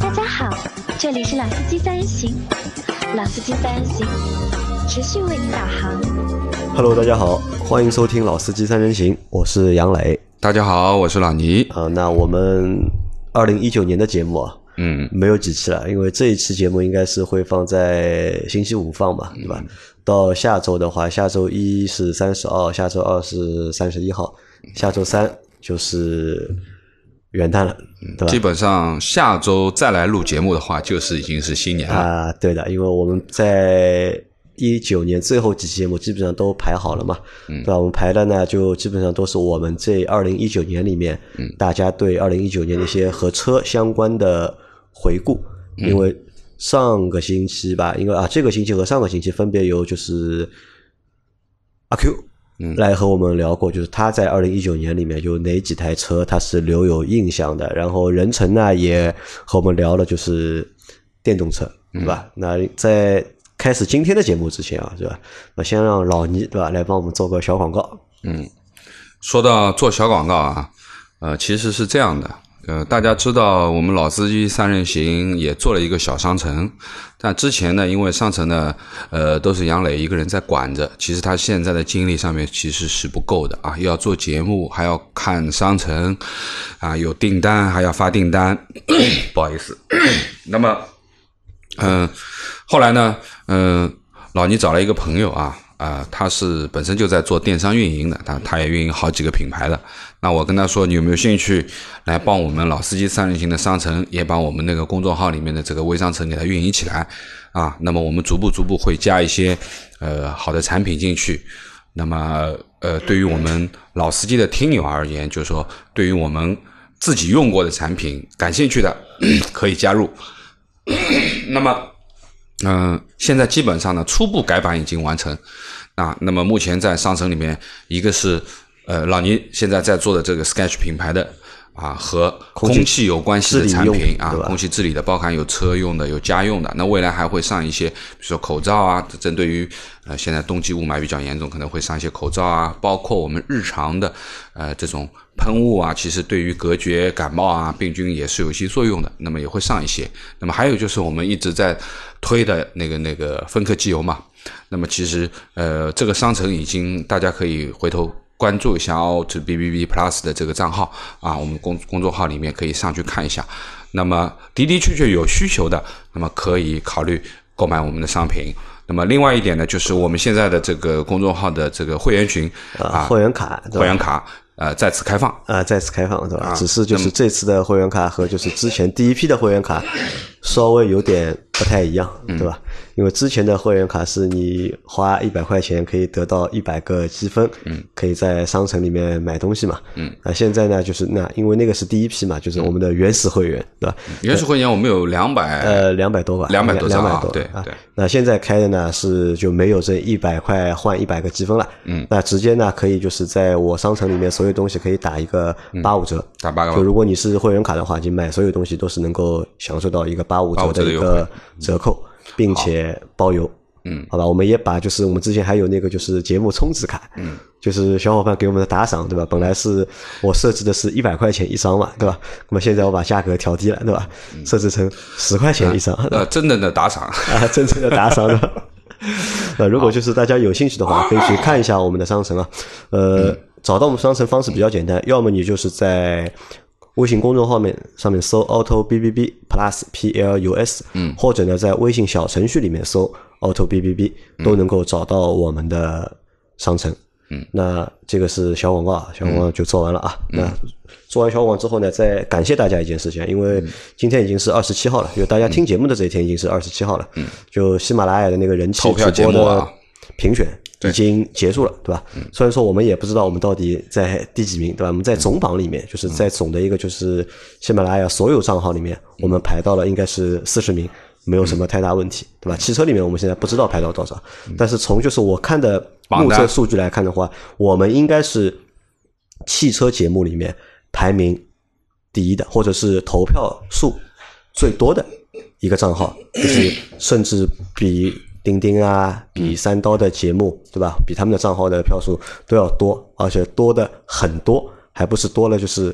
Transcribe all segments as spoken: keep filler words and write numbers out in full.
大家好，这里是老司机三人行，老司机三人行持续为您导航。 Hello， 大家好，欢迎收听老司机三人行，我是杨磊。 大家好，我是老倪。 啊，那我们二零一九年的节目啊， 嗯， 没有几期了，因为这一期节目应该是会放在星期五放嘛，对吧？嗯、到下周的话，下周一是三十二，下周二是三十一号，下周三就是元旦了，对吧？ 基本上下周再来录节目的话，就是已经是新年了啊。对的，因为我们在一九年最后几期节目基本上都排好了嘛，嗯、对吧？我们排的呢，就基本上都是我们这二零一九年里面，嗯、大家对二零一九年的一些和车相关的回顾。嗯、因为上个星期吧，因为啊，这个星期和上个星期分别由就是阿 Q 来和我们聊过，就是他在二零一九年里面有哪几台车他是留有印象的。然后任晨呢也和我们聊了就是电动车，对吧？嗯、那在开始今天的节目之前啊，对吧？那先让老倪对吧来帮我们做个小广告。 嗯，说到做小广告啊，呃，其实是这样的，呃，大家知道我们老司机三人行也做了一个小商城，但之前呢，因为商城呢，呃，都是杨磊一个人在管着，其实他现在的精力上面其实是不够的啊，又要做节目，还要看商城，啊，有订单还要发订单，不好意思，那么。嗯，后来呢，嗯，老倪找了一个朋友啊，啊、呃，他是本身就在做电商运营的，他他也运营好几个品牌的。那我跟他说，你有没有兴趣来帮我们老司机三人行的商城，也帮我们那个公众号里面的这个微商城给它运营起来啊？那么我们逐步逐步会加一些呃好的产品进去。那么呃，对于我们老司机的听友而言，就是说对于我们自己用过的产品感兴趣的，可以加入。那么，嗯、呃，现在基本上呢，初步改版已经完成啊。那么目前在商城里面，一个是呃老倪现在在做的这个 Sketch 品牌的啊和空气有关系的产品啊，空气治理的，包含有车用的，有家用的。那未来还会上一些，比如说口罩啊，针对于呃现在冬季雾霾比较严重，可能会上一些口罩啊，包括我们日常的呃这种喷雾啊，其实对于隔绝感冒啊、病菌也是有一些作用的，那么也会上一些。那么还有就是我们一直在推的那个那个芬克机油嘛，那么其实呃这个商城已经大家可以回头关注一下 Auto B B B Plus 的这个账号啊，我们公公众号里面可以上去看一下。那么的的确确有需求的，那么可以考虑购买我们的商品。那么另外一点呢，就是我们现在的这个公众号的这个会员群啊， 会员卡， 会员卡。呃，再次开放啊，再次开放对吧？啊、只是就是这次的会员卡和就是之前第一批的会员卡稍微有点不太一样，嗯、对吧？因为之前的会员卡是你花一百块钱可以得到一百个积分，嗯，可以在商城里面买东西嘛，嗯，啊，现在呢就是那因为那个是第一批嘛，就是我们的原始会员，对吧？ 原始会员我们有两百呃两百多吧， 两百多两百多， 对啊，对。那现在开的呢是就没有这一百块换一百个积分了，嗯，那直接呢可以就是在我商城里面所有东西可以打一个八五折，嗯、 打八个。 就如果你是会员卡的话，你买所有东西都是能够享受到一个八五折的一个折扣，并且包邮。嗯，好吧，我们也把就是我们之前还有那个就是节目充值卡，嗯，就是小伙伴给我们的打赏，对吧？本来是我设置的是一百块钱一张嘛，对吧？那么现在我把价格调低了，对吧？嗯、设置成十块钱一张， 啊、呃，真正的打赏啊，真正的打赏的。呃，如果就是大家有兴趣的话，可以去看一下我们的商城啊。呃，嗯、找到我们商城方式比较简单，要么你就是在微信公众号面上面搜 Auto B B B Plus P L U S， 嗯，或者呢在微信小程序里面搜 Auto B B B， 都能够找到我们的商城。嗯，那这个是小广告啊，小广告就做完了啊。嗯、那做完小广告之后呢，再感谢大家一件事情，因为今天已经是二十七号了，就大家听节目的这一天已经是二十七号了。嗯，就喜马拉雅的那个人气主播的评选已经结束了，对吧？嗯、虽然说我们也不知道我们到底在第几名，对吧？我们在总榜里面，就是在总的一个就是喜马拉雅所有账号里面，我们排到了应该是四十名。没有什么太大问题，对吧？汽车里面我们现在不知道排到多少，但是从就是我看的目测数据来看的话，我们应该是汽车节目里面排名第一的，或者是投票数最多的一个账号，就是甚至比钉钉啊，比三刀的节目，对吧？比他们的账号的票数都要多，而且多的很多，还不是多了就是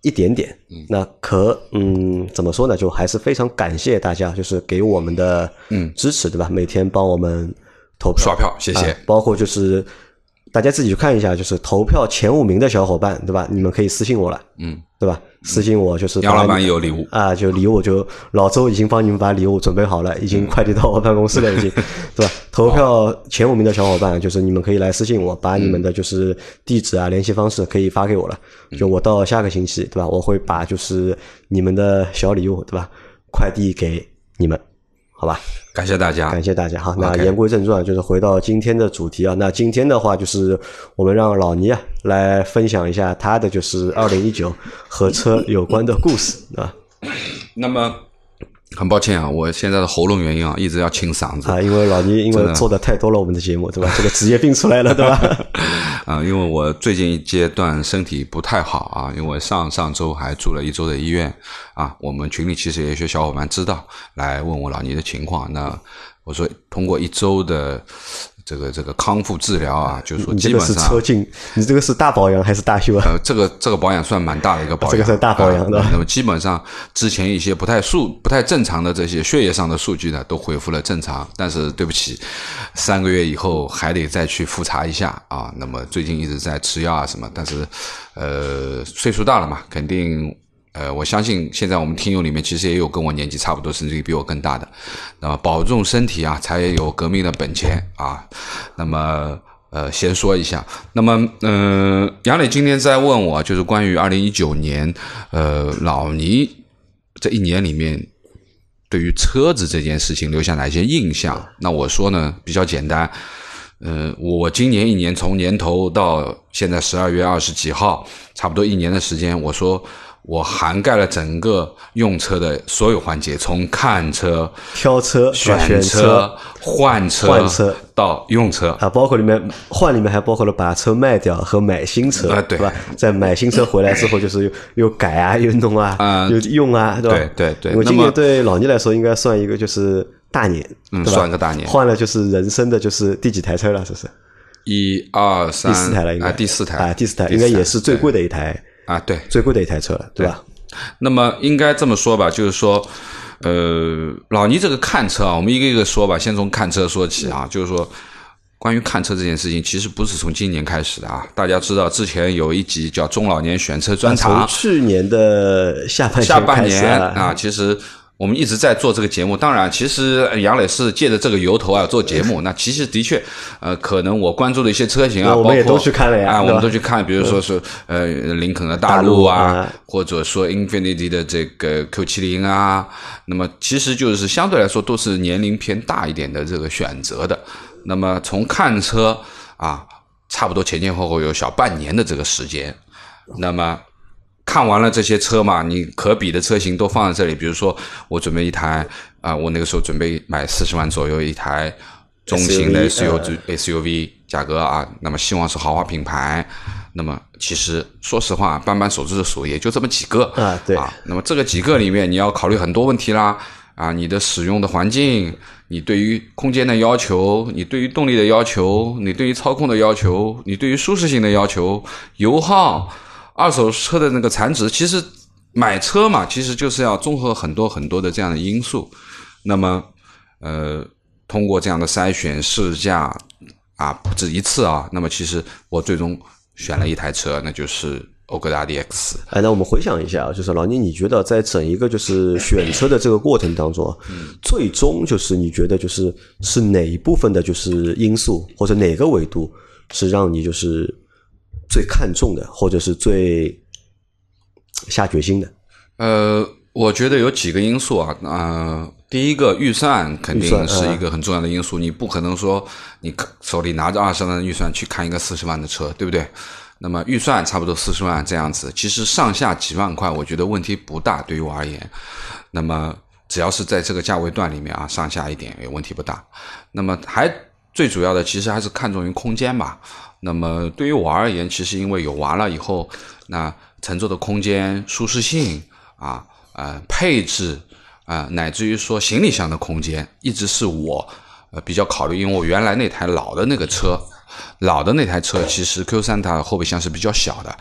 一点点。那可嗯怎么说呢？就还是非常感谢大家，就是给我们的嗯支持，对吧？每天帮我们投票刷票，谢谢。 啊、包括就是大家自己去看一下，就是投票前五名的小伙伴，对吧？你们可以私信我了，嗯，对吧？私信我就是杨老板也有礼物啊，就礼物就老周已经帮你们把礼物准备好了，已经快递到我办公室了，已经，对吧？投票前五名的小伙伴，就是你们可以来私信我，把你们的就是地址啊、联系方式可以发给我了，就我到下个星期，对吧？我会把就是你们的小礼物，对吧？快递给你们。好吧， 感谢大家， 感谢大家。好，那言归正传，就是回到今天的主题啊。那今天的话，就是我们让老倪啊来分享一下他的就是二零一九和车有关的故事啊。 那么很抱歉啊，我现在的喉咙原因啊，一直要清嗓子啊，因为老倪因为做的太多了，我们的节目对吧？这个职业病出来了，对吧？ 啊，因为我最近一阶段身体不太好啊，因为上上周还住了一周的医院啊。我们群里其实也有些小伙伴知道，来问我老倪的情况。那我说通过一周的这个这个康复治疗啊，就是说基本上你这个是车进，你这个是大保养还是大修啊？ 呃，这个这个保养算蛮大的一个保养， 这个是大保养的。 啊、那么基本上之前一些不太数不太正常的这些血液上的数据呢，都恢复了正常。但是对不起，三个月以后还得再去复查一下啊。那么最近一直在吃药啊什么，但是呃岁数大了嘛，肯定。呃，我相信现在我们听友里面其实也有跟我年纪差不多，甚至于比我更大的。那么保重身体啊，才有革命的本钱啊。那么呃，先说一下。那么嗯、呃，杨磊今天在问我，就是关于二零一九年呃老倪这一年里面对于车子这件事情留下哪些印象？那我说呢，比较简单。呃，我今年一年从年头到现在十二月二十几号，差不多一年的时间，我说。我涵盖了整个用车的所有环节，从看车、 挑车、 选车、换车、 换车到用车啊，包括里面换里面还包括了把车卖掉和买新车， 啊、对吧？在买新车回来之后，就是又又改啊，又弄啊， 嗯、 又用啊，对吧？ 对对对。 因为今年对老倪来说，应该算一个就是大年， 嗯， 对吧？ 算个大年， 换了就是人生的就是第几台车了？这是一二三， 第四台了，应该、 啊、第四台啊，第四台应该也是最贵的一台。 啊，对， 最贵的一台车了，对吧？ 对，那么应该这么说吧，就是说，呃，老倪这个看车啊，我们一个一个说吧，先从看车说起啊，就是说，关于看车这件事情，其实不是从今年开始的啊。大家知道，之前有一集叫中老年选车专场， 从去年的下半年下半年啊， 啊，其实。我们一直在做这个节目，当然，其实杨磊是借着这个由头啊做节目。那其实的确，呃，可能我关注的一些车型啊， 我们也都去看了呀， 啊，我们都去看，比如说是呃林肯的大陆啊， 啊或者说 Infiniti 的这个 Q 七十 啊，那么其实就是相对来说都是年龄偏大一点的这个选择的。那么从看车啊，差不多前前后后有小半年的这个时间，那么。看完了这些车嘛，你可比的车型都放在这里。比如说，我准备一台啊、呃，我那个时候准备买四十万左右一台中型的 S U V， S U V 价格啊，那么希望是豪华品牌。那么其实说实话，扳扳手指的数也就这么几个啊，对啊。那么这个几个里面，你要考虑很多问题啦啊，你的使用的环境，你对于空间的要求，你对于动力的要求，你对于操控的要求，你对于舒适性的要求，油耗。二手车的那个残值，其实买车嘛，其实就是要综合很多很多的这样的因素。那么，呃，通过这样的筛选试驾啊，不止一次啊，那么其实我最终选了一台车，那就是讴歌达 D X。 哎，那我们回想一下，就是老倪，你觉得在整一个就是选车的这个过程当中，嗯、最终就是你觉得就是是哪一部分的就是因素，或者哪个维度是让你就是最看重的，或者是最下决心的？ 呃，我觉得有几个因素啊，呃，第一个预算肯定是一个很重要的因素，嗯、你不可能说你手里拿着二十万的预算去看一个四十万的车，对不对？那么预算差不多四十万这样子，其实上下几万块，我觉得问题不大，对于我而言。那么只要是在这个价位段里面啊，上下一点也问题不大。那么还最主要的，其实还是看重于空间吧。那么对于我而言，其实因为有娃了以后，那乘坐的空间、舒适性啊、呃配置啊、呃，乃至于说行李箱的空间，一直是我呃比较考虑。因为我原来那台老的那个车，老的那台车其实 Q 三 它后备箱是比较小的，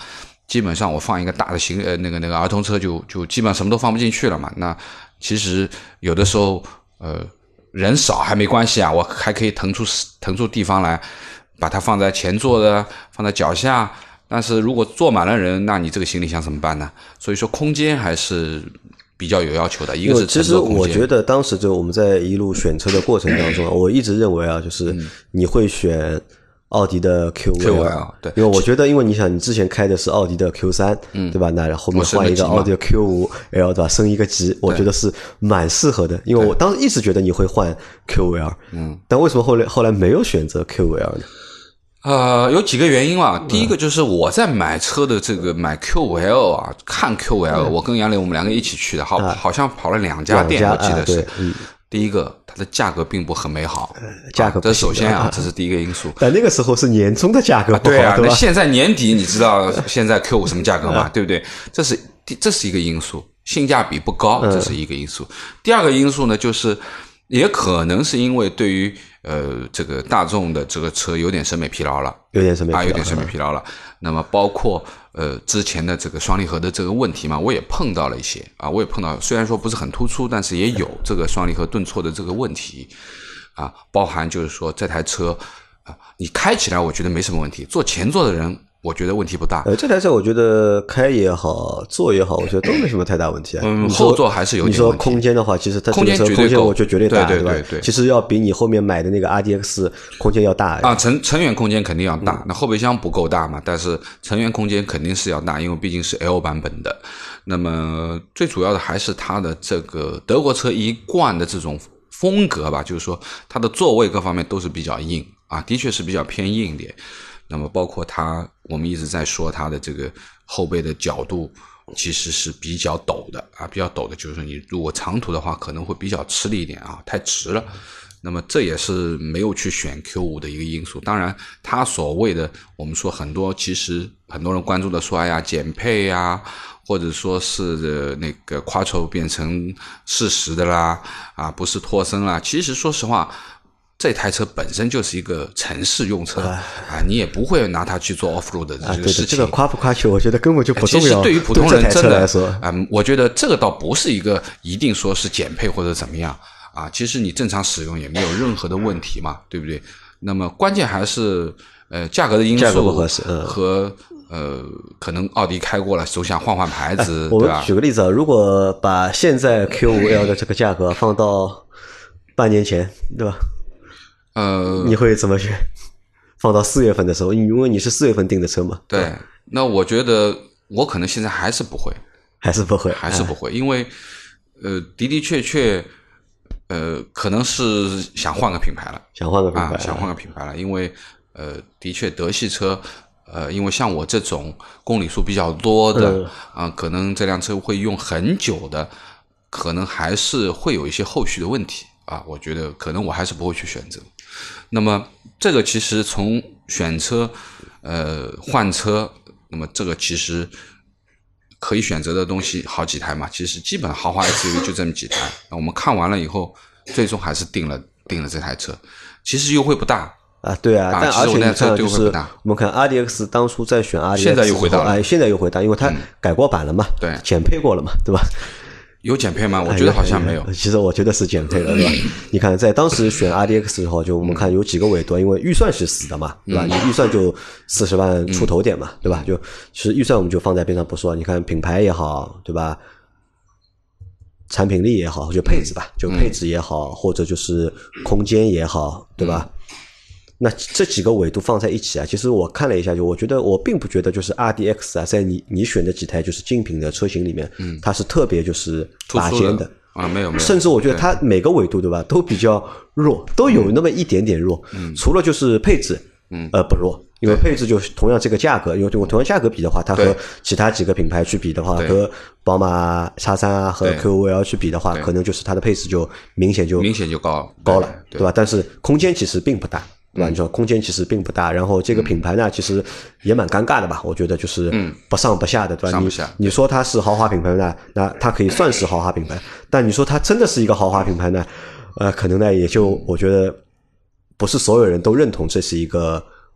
基本上我放一个大的行呃那个那个儿童车就就基本上什么都放不进去了嘛。那其实有的时候呃人少还没关系啊，我还可以腾出腾出地方来，把它放在前座的，放在脚下。但是如果坐满了人，那你这个行李箱怎么办呢？所以说空间还是比较有要求的。一个是其实我觉得当时就我们在一路选车的过程当中，我一直认为啊，就是你会选奥迪的 Q 五 L， 对，因为我觉得，因为你想，你之前开的是奥迪的 Q 三，嗯，对吧？那后面换一个奥迪的 Q 五 L， 对吧？升一个级，我觉得是蛮适合的。因为我当时一直觉得你会换 Q 五 L， 嗯，但为什么后来后来没有选择 Q 五 L 呢？ 呃，有几个原因啊。第一个就是我在买车的这个买 Q 五 L 啊，看 Q 五 L，、嗯、我跟杨磊我们两个一起去的，好，啊、好像跑了两家店，我记得是。啊嗯、第一个，它的价格并不很美好，呃、价格、啊、这首先啊，这是第一个因素。 但那个时候是年终的价格不好， 啊对啊， 对吧？ 那现在年底你知道现在 Q 五 什么价格吗？对不对？这是这是一个因素，性价比不高，这是一个因素。嗯、第二个因素呢，就是也可能是因为对于呃这个大众的这个车有点审美疲劳了， 有点审美疲劳啊，有点审美疲劳了。那么包括呃之前的这个双离合的这个问题嘛，我也碰到了一些啊，我也碰到，虽然说不是很突出，但是也有这个双离合顿挫的这个问题啊，包含就是说这台车啊，你开起来我觉得没什么问题，坐前座的人我觉得问题不大。 呃，这台车我觉得开也好，坐也好，我觉得都没什么太大问题啊。 嗯，后座还是有点问题。 你说空间的话，其实它这个车空间我觉得绝对大， 对对对吧？其实要比你后面买的那个 R D X 空间要大啊，成成员空间肯定要大。嗯、那后备箱不够大嘛，但是成员空间肯定是要大，因为毕竟是 L 版本的。那么最主要的还是它的这个德国车一贯的这种风格吧，就是说它的座位各方面都是比较硬啊，的确是比较偏硬一点。那么包括它，我们一直在说它的这个后背的角度其实是比较陡的啊，比较陡的，就是说你如果长途的话可能会比较吃力一点啊，太直了。那么这也是没有去选 Q 五 的一个因素。当然它所谓的我们说很多，其实很多人关注的说哎呀减配呀，或者说是那个 Quattro 变成适时的啦，啊不是脱身啦，其实说实话这台车本身就是一个城市用车啊，你也不会拿它去做 off road 的这个事情。 啊、这个夸不夸去，我觉得根本就不重要。 其实对于普通人真的来说， 嗯，我觉得这个倒不是一个一定说是减配或者怎么样啊。其实你正常使用也没有任何的问题嘛，对不对？那么关键还是呃价格的因素， 价格不合适，嗯， 和呃可能奥迪开过了，总想换换牌子， 哎、我对吧？ 们举个例子啊，如果把现在 Q 五 L 的这个价格放到半年前，对吧？ 呃， 你会怎么选？放到四月份的时候，因为你是四月份订的车嘛。 对，对那我觉得我可能现在还是不会， 还是不会， 还是不会，哎、因为呃的的确确，呃可能是想换个品牌了， 想换个品牌、 啊，想换个品牌了，因为呃的确德系车，呃因为像我这种公里数比较多的啊、嗯呃，可能这辆车会用很久的，可能还是会有一些后续的问题。啊，我觉得可能我还是不会去选择。那么这个其实从选车，呃，换车，那么这个其实可以选择的东西好几台嘛。其实基本豪华 S U V 就这么几台。那我们看完了以后，最终还是定了定了这台车。其实优惠不大啊，对啊， 啊但而且你看就是我们看 R D X 当初在选 R D X， 现在又回到了， 哎，现在又回到，因为它改过版了嘛， 对、嗯， 减配过了嘛，对吧？ 有减配吗？我觉得好像没有。 其实我觉得是减配了，对吧？你看，在当时选 R D X 的时候，就我们看有几个维度，因为预算是死的嘛，对吧？你预算就四十万出头点嘛，对吧？就其实预算我们就放在边上不说，你看品牌也好，对吧？产品力也好，就配置吧，就配置也好，或者就是空间也好，对吧？那这几个维度放在一起啊，其实我看了一下，就我觉得我并不觉得就是 R D X 啊，在你你选的几台就是精品的车型里面，嗯，它是特别就是拔尖的啊，没有没有， 甚至我觉得它每个维度对吧，都比较弱，都有那么一点点弱，嗯，除了就是配置，嗯，呃不弱，因为配置就同样这个价格，因为我同样价格比的话，它和其他几个品牌去比的话，和宝马 X 三 啊和 Q 五 L 去比的话，可能就是它的配置就明显就明显就高高了，对吧？但是空间其实并不大。对吧？你说空间其实并不大，然后这个品牌呢，其实也蛮尴尬的吧？我觉得就是不上不下的，对吧？ 上不下。 你你说它是豪华品牌呢，那它可以算是豪华品牌，但你说它真的是一个豪华品牌呢，呃，可能呢也就我觉得不是所有人都认同这是一个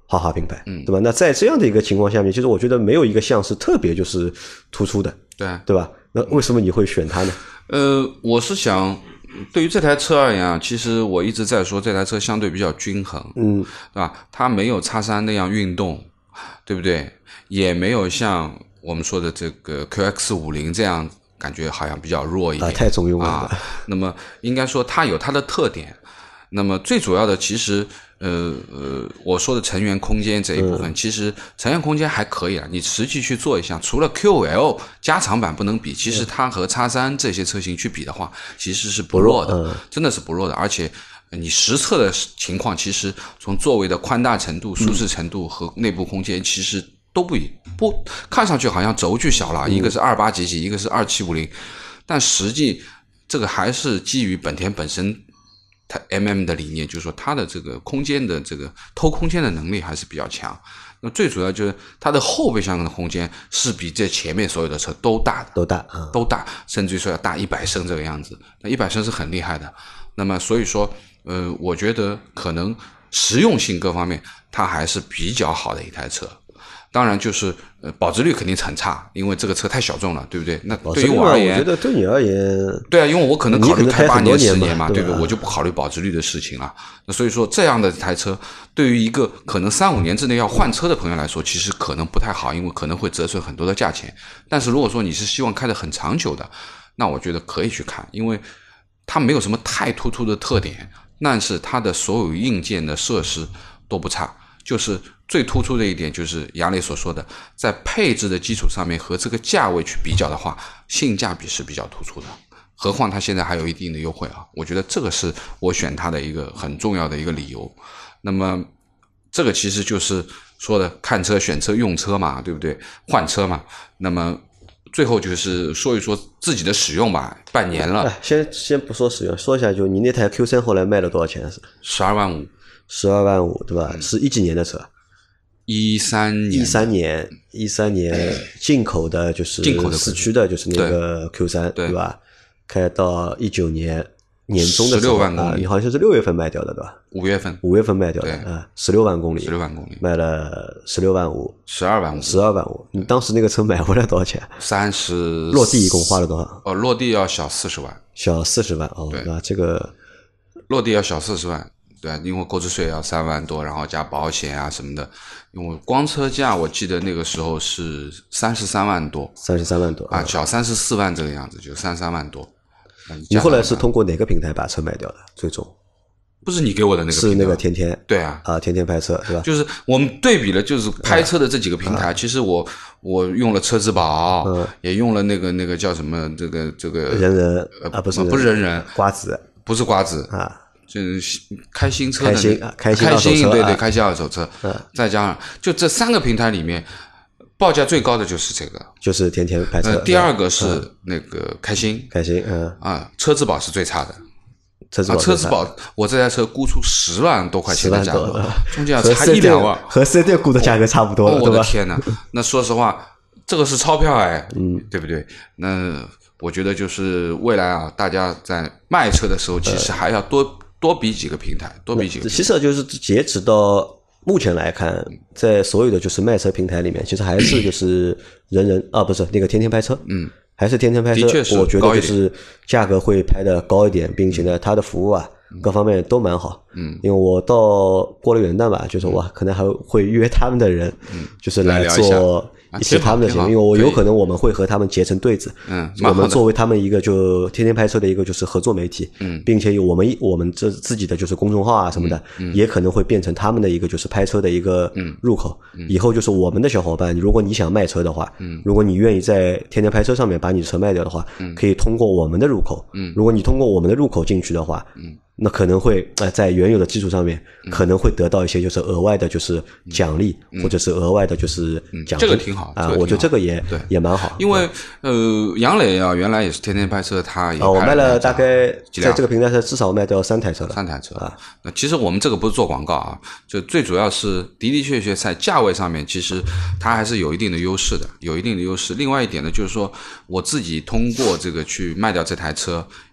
豪华品牌，嗯，对吧？那在这样的一个情况下面，其实我觉得没有一个项是特别就是突出的， 对对吧？那为什么你会选它呢？ 呃，我是想，对于这台车而言啊，其实我一直在说这台车相对比较均衡， 嗯， 对吧？它没有 X 三那样运动，对不对？也没有像我们说的这个 Q X 五十 这样感觉好像比较弱一点， 啊，太中庸了啊。那么应该说它有它的特点。那么最主要的，其实呃呃，我说的成员空间这一部分，嗯、其实成员空间还可以啊。你实际去做一下，除了 Q 五 L 加长版不能比，其实它和 X 三 这些车型去比的话，其实是不弱的， 嗯、 真的是不弱的。而且你实测的情况，其实从座位的宽大程度、舒适程度和内部空间，其实都不一不看上去好像轴距小了，嗯、一个是二八几几，一个是二七五零，但实际这个还是基于本田本身。它 M M 的理念就是说，它的这个空间的这个偷空间的能力还是比较强。那最主要就是它的后备箱的空间是比这前面所有的车都大的， 都大啊、嗯， 都大，甚至于说要大一百升这个样子。那一百升是很厉害的。那么所以说，呃，我觉得可能实用性各方面它还是比较好的一台车。当然就是呃保值率肯定很差，因为这个车太小众了，对不对？那对于我而言， 我觉得对你而言， 对啊，因为我可能考虑开八年、十年嘛，对吧？ 我就不考虑保值率的事情了。那所以说，这样的一台车对于一个可能三五年之内要换车的朋友来说，其实可能不太好，因为可能会折损很多的价钱。但是如果说你是希望开得很长久的，那我觉得可以去看，因为它没有什么太突出的特点，但是它的所有硬件的设施都不差，就是最突出的一点就是杨磊所说的，在配置的基础上面和这个价位去比较的话，性价比是比较突出的。何况它现在还有一定的优惠啊，我觉得这个是我选它的一个很重要的一个理由。那么这个其实就是说的看车、选车、用车嘛，对不对？换车嘛。那么最后就是说一说自己的使用吧，半年了。 先先不说使用，说一下就你那台 Q 三 后来卖了多少钱？是十二万五。 十二万五，对吧？嗯、是一几年的车？ 一三年。 一三年，一三年进口的，就是四驱的，就是那个 Q 三，对, 对吧？开到一九年年中的时候，十六万公里、 啊，你好像是六月份卖掉的，对吧？ 五月份， 五月份卖掉的啊，十六万公里， 十六万公里， 卖了十六万五， 十二万五， 十二万五。你当时那个车买回来多少钱？ 三十， 落地一共花了多少？ 哦，落地要小四十万， 小四十万哦，那这个落地要小四十万。对，因为购置税要三万多，然后加保险啊什么的，因为光车价我记得那个时候是三十三万多， 三十三万多啊，小三十四万这个样子，就三十三万多。 你后来是通过哪个平台把车卖掉的？最终不是你给我的那个平台， 是那个天天， 对啊， 啊，天天拍车，对吧？ 就是我们对比了，就是拍车的这几个平台，啊、其实我我用了车之宝，嗯、也用了那个那个叫什么，这个这个人人啊，不是不是人人， 瓜子不是瓜子啊。 就是开新车的、 那个、开心开心对对， 啊、 开心二手车，嗯、再加上就这三个平台里面，报价最高的就是这个， 就是天天拍车。 呃、第二个是那个开心， 开心，嗯啊，车之宝是最差的。 车之宝、 啊，车之宝，我这台车估出十万多块钱的价格，中间要差一两万， 和四 S 店估的价格差不多了， 哦、我的天哪！那说实话，这个是钞票哎，嗯，对不对？那我觉得就是未来啊，大家在卖车的时候，其实还要多。呃多比几个平台，多比几个平台。 其实就是截止到目前来看，在所有的就是卖车平台里面，其实还是就是人人啊，不是那个天天拍车， 嗯， 还是天天拍车。我觉得就是价格会拍的高一点，并且呢，它的服务啊，各方面都蛮好。 嗯， 因为我到过了元旦吧，就是我可能还会约他们的人， 嗯， 就是来做。一起他们的节目，因为我有可能我们会和他们结成对子， 嗯， 我们作为他们一个就天天拍车的一个就是合作媒体， 嗯， 并且有我们我们这自己的就是公众号啊什么的， 嗯， 也可能会变成他们的一个就是拍车的一个入口。以后就是我们的小伙伴，如果你想卖车的话， 嗯， 如果你愿意在天天拍车上面把你的车卖掉的话， 嗯， 可以通过我们的入口， 嗯， 如果你通过我们的入口进去的话， 嗯。 那可能会呃在原有的基础上面，可能会得到一些就是额外的，就是奖励、 嗯、 或者是额外的就是奖金、 嗯，这个挺好啊，我觉得这个也对也蛮好。 因为呃，杨磊啊，原来也是天天拍车，他也啊，我卖了大概在这个平台上至少卖掉三台车了， 三台车啊。 那其实我们这个不是做广告啊，就最主要是的的确确在价位上面，其实它还是有一定的优势的，有一定的优势。另外一点呢，就是说我自己通过这个去卖掉这台车，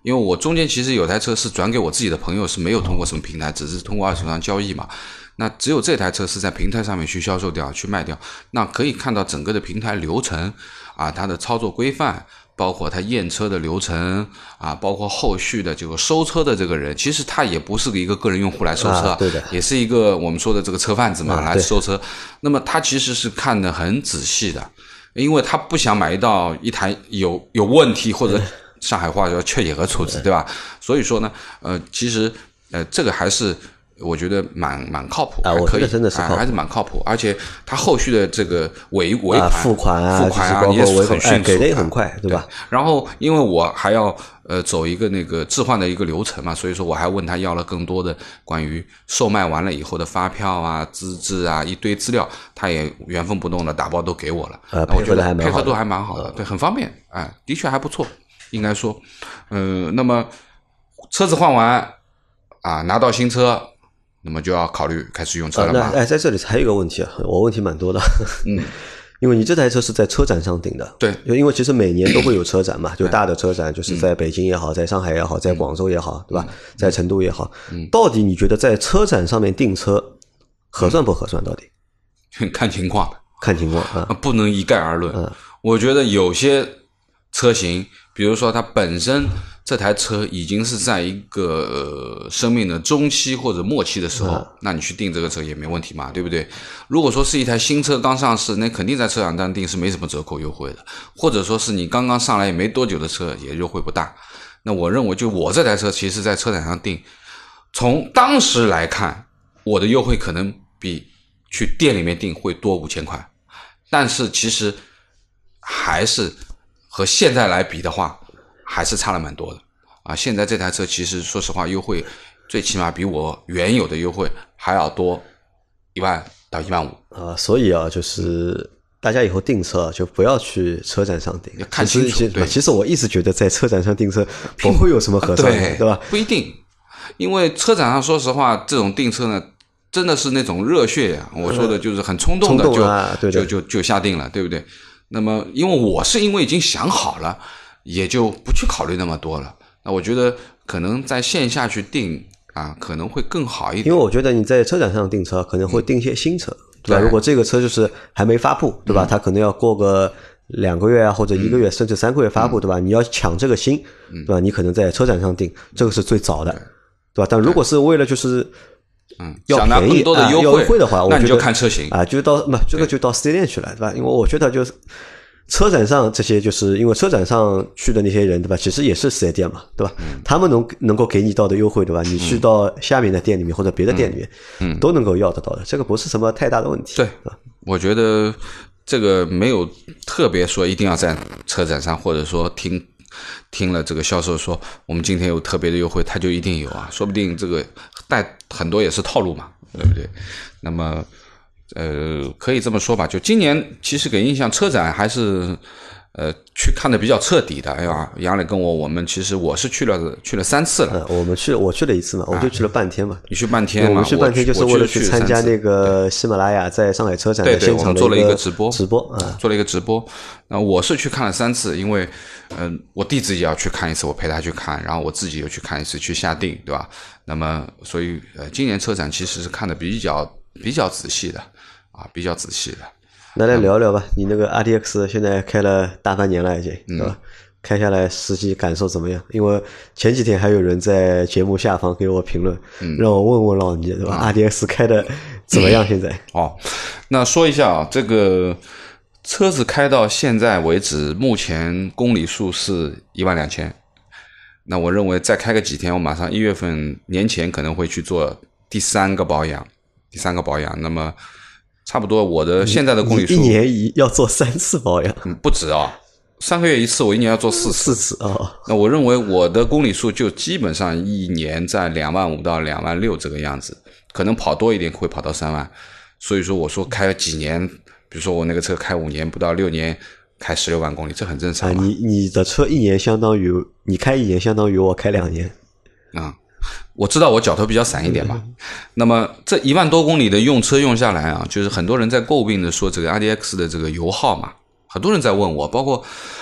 因为我中间其实有台车是转给我自己的朋友，是没有通过什么平台，只是通过二手商交易嘛。那只有这台车是在平台上面去销售掉、去卖掉。那可以看到整个的平台流程啊，它的操作规范，包括它验车的流程啊，包括后续的这个收车的这个人，其实他也不是一个个人用户来收车， 啊、对的， 也是一个我们说的这个车贩子嘛、 啊、 来收车。那么他其实是看得很仔细的，因为他不想买到一台有有问题或者上海话叫缺野和处置，对吧？所以说呢，呃，其实呃这个还是。我觉得蛮蛮靠谱， 啊，我觉得真的是靠谱、 啊，还是蛮靠谱，而且它后续的这个尾尾款、 啊、付款啊、 付款啊， 也是很迅速、哎， 给的也很快，对吧？ 对然后，因为我还要呃走一个那个置换的一个流程嘛，所以说我还问他要了更多的关于售卖完了以后的发票啊、资质啊一堆资料，他也原封不动的打包都给我了。 呃， 我觉得配合度还蛮好的，对，很方便，哎，的确还不错，应该说，嗯、呃，那么车子换完啊，拿到新车。那么就要考虑开始用车了嘛、 啊、那哎，在这里还有一个问题啊，我问题蛮多的。 嗯， 因为你这台车是在车展上订的， 对， 因为其实每年都会有车展嘛，就大的车展，就是在北京也好，在上海也好，在广州也好，对吧？在成都也好， 嗯， 到底你觉得在车展上面订车合算不合算？到底看情况， 看情况啊， 不能一概而论。 嗯， 我觉得有些车型，比如说它本身。这台车已经是在一个、呃、生命的中期或者末期的时候、嗯，那你去订这个车也没问题嘛，对不对？如果说是一台新车刚上市，那肯定在车展上订是没什么折扣优惠的，或者说是你刚刚上来也没多久的车，也优惠不大。那我认为就我这台车其实在车展上订，从当时来看，我的优惠可能比去店里面订会多五千块，但是其实还是和现在来比的话。还是差了蛮多的啊！现在这台车其实说实话，优惠最起码比我原有的优惠还要多一万到一万五啊！所以啊，就是大家以后订车就不要去车展上订， 要看清楚。对， 其实我一直觉得在车展上订车不会有什么合算的， 对对吧？ 不一定，因为车展上说实话，这种订车呢，真的是那种热血呀、啊！我说的就是很冲动的就， 冲动啊、对就就就下定了，对不对？那么，因为我是因为已经想好了。也就不去考虑那么多了。那我觉得可能在线下去订啊，可能会更好一点。 因为我觉得你在车展上订车，可能会订一些新车，嗯、对吧？对如果这个车就是还没发布，对吧？嗯、它可能要过个两个月啊，或者一个月，嗯、甚至三个月发布，嗯、对吧？你要抢这个新，嗯、对吧？你可能在车展上订，这个是最早的，嗯、对吧？但如果是为了就是嗯要便宜、 想拿更多的优惠、 啊、优惠的话， 那你就看车型啊，就到不这个就到四 S店去了，对吧？因为我觉得就是。车展上这些就是因为车展上去的那些人，对吧？其实也是四 S店嘛，对吧？嗯、他们能能够给你到的优惠，对吧？你去到下面的店里面或者别的店里面，嗯，都能够要得到的，这个不是什么太大的问题。 对，我觉得这个没有特别说一定要在车展上，或者说听听了这个销售说我们今天有特别的优惠，他就一定有啊，说不定这个带很多也是套路嘛，对不对？那么。呃，可以这么说吧，就今年其实给印象车展还是呃去看的比较彻底的。哎呀，杨磊跟我，我们其实我是去了去了三次了。 嗯，我们去我去了一次嘛，我就去了半天嘛。 啊、你去半天嘛？ 我们去半天就是为了去参加那个喜马拉雅在上海车展的现场的做了一个直播， 直播啊， 做了一个直播。那我是去看了三次，因为嗯、呃，我弟自己也要去看一次，我陪他去看，然后我自己又去看一次，去下定，对吧？那么所以呃，今年车展其实是看的比较比较仔细的。啊，比较仔细的。 那来聊聊吧，嗯、你那个 R D X 现在开了大半年了，已经，对吧？嗯、开下来实际感受怎么样？因为前几天还有人在节目下方给我评论，嗯、让我问问老倪，对吧、嗯、？R D X 开的怎么样？现在？ 哦，那说一下啊，这个车子开到现在为止，目前公里数是一万两千。那我认为再开个几天，我马上一月份年前可能会去做第三个保养，第三个保养。那么。差不多，我的现在的公里数一年一要做三次保养， 嗯，不止啊，三个月一次，我一年要做四次， 四次啊、哦。 那我认为我的公里数就基本上一年在两万五到两万六这个样子，可能跑多一点会跑到三万。所以说，我说开几年，比如说我那个车开五年不到六年，开十六万公里，这很正常、啊。 你你的车一年相当于你开一年相当于我开两年啊。嗯我知道我脚头比较散一点嘛，那么这一万多公里的用车用下来啊，就是很多人在诟病的说这个 R D X 的这个油耗嘛，很多人在问我，包括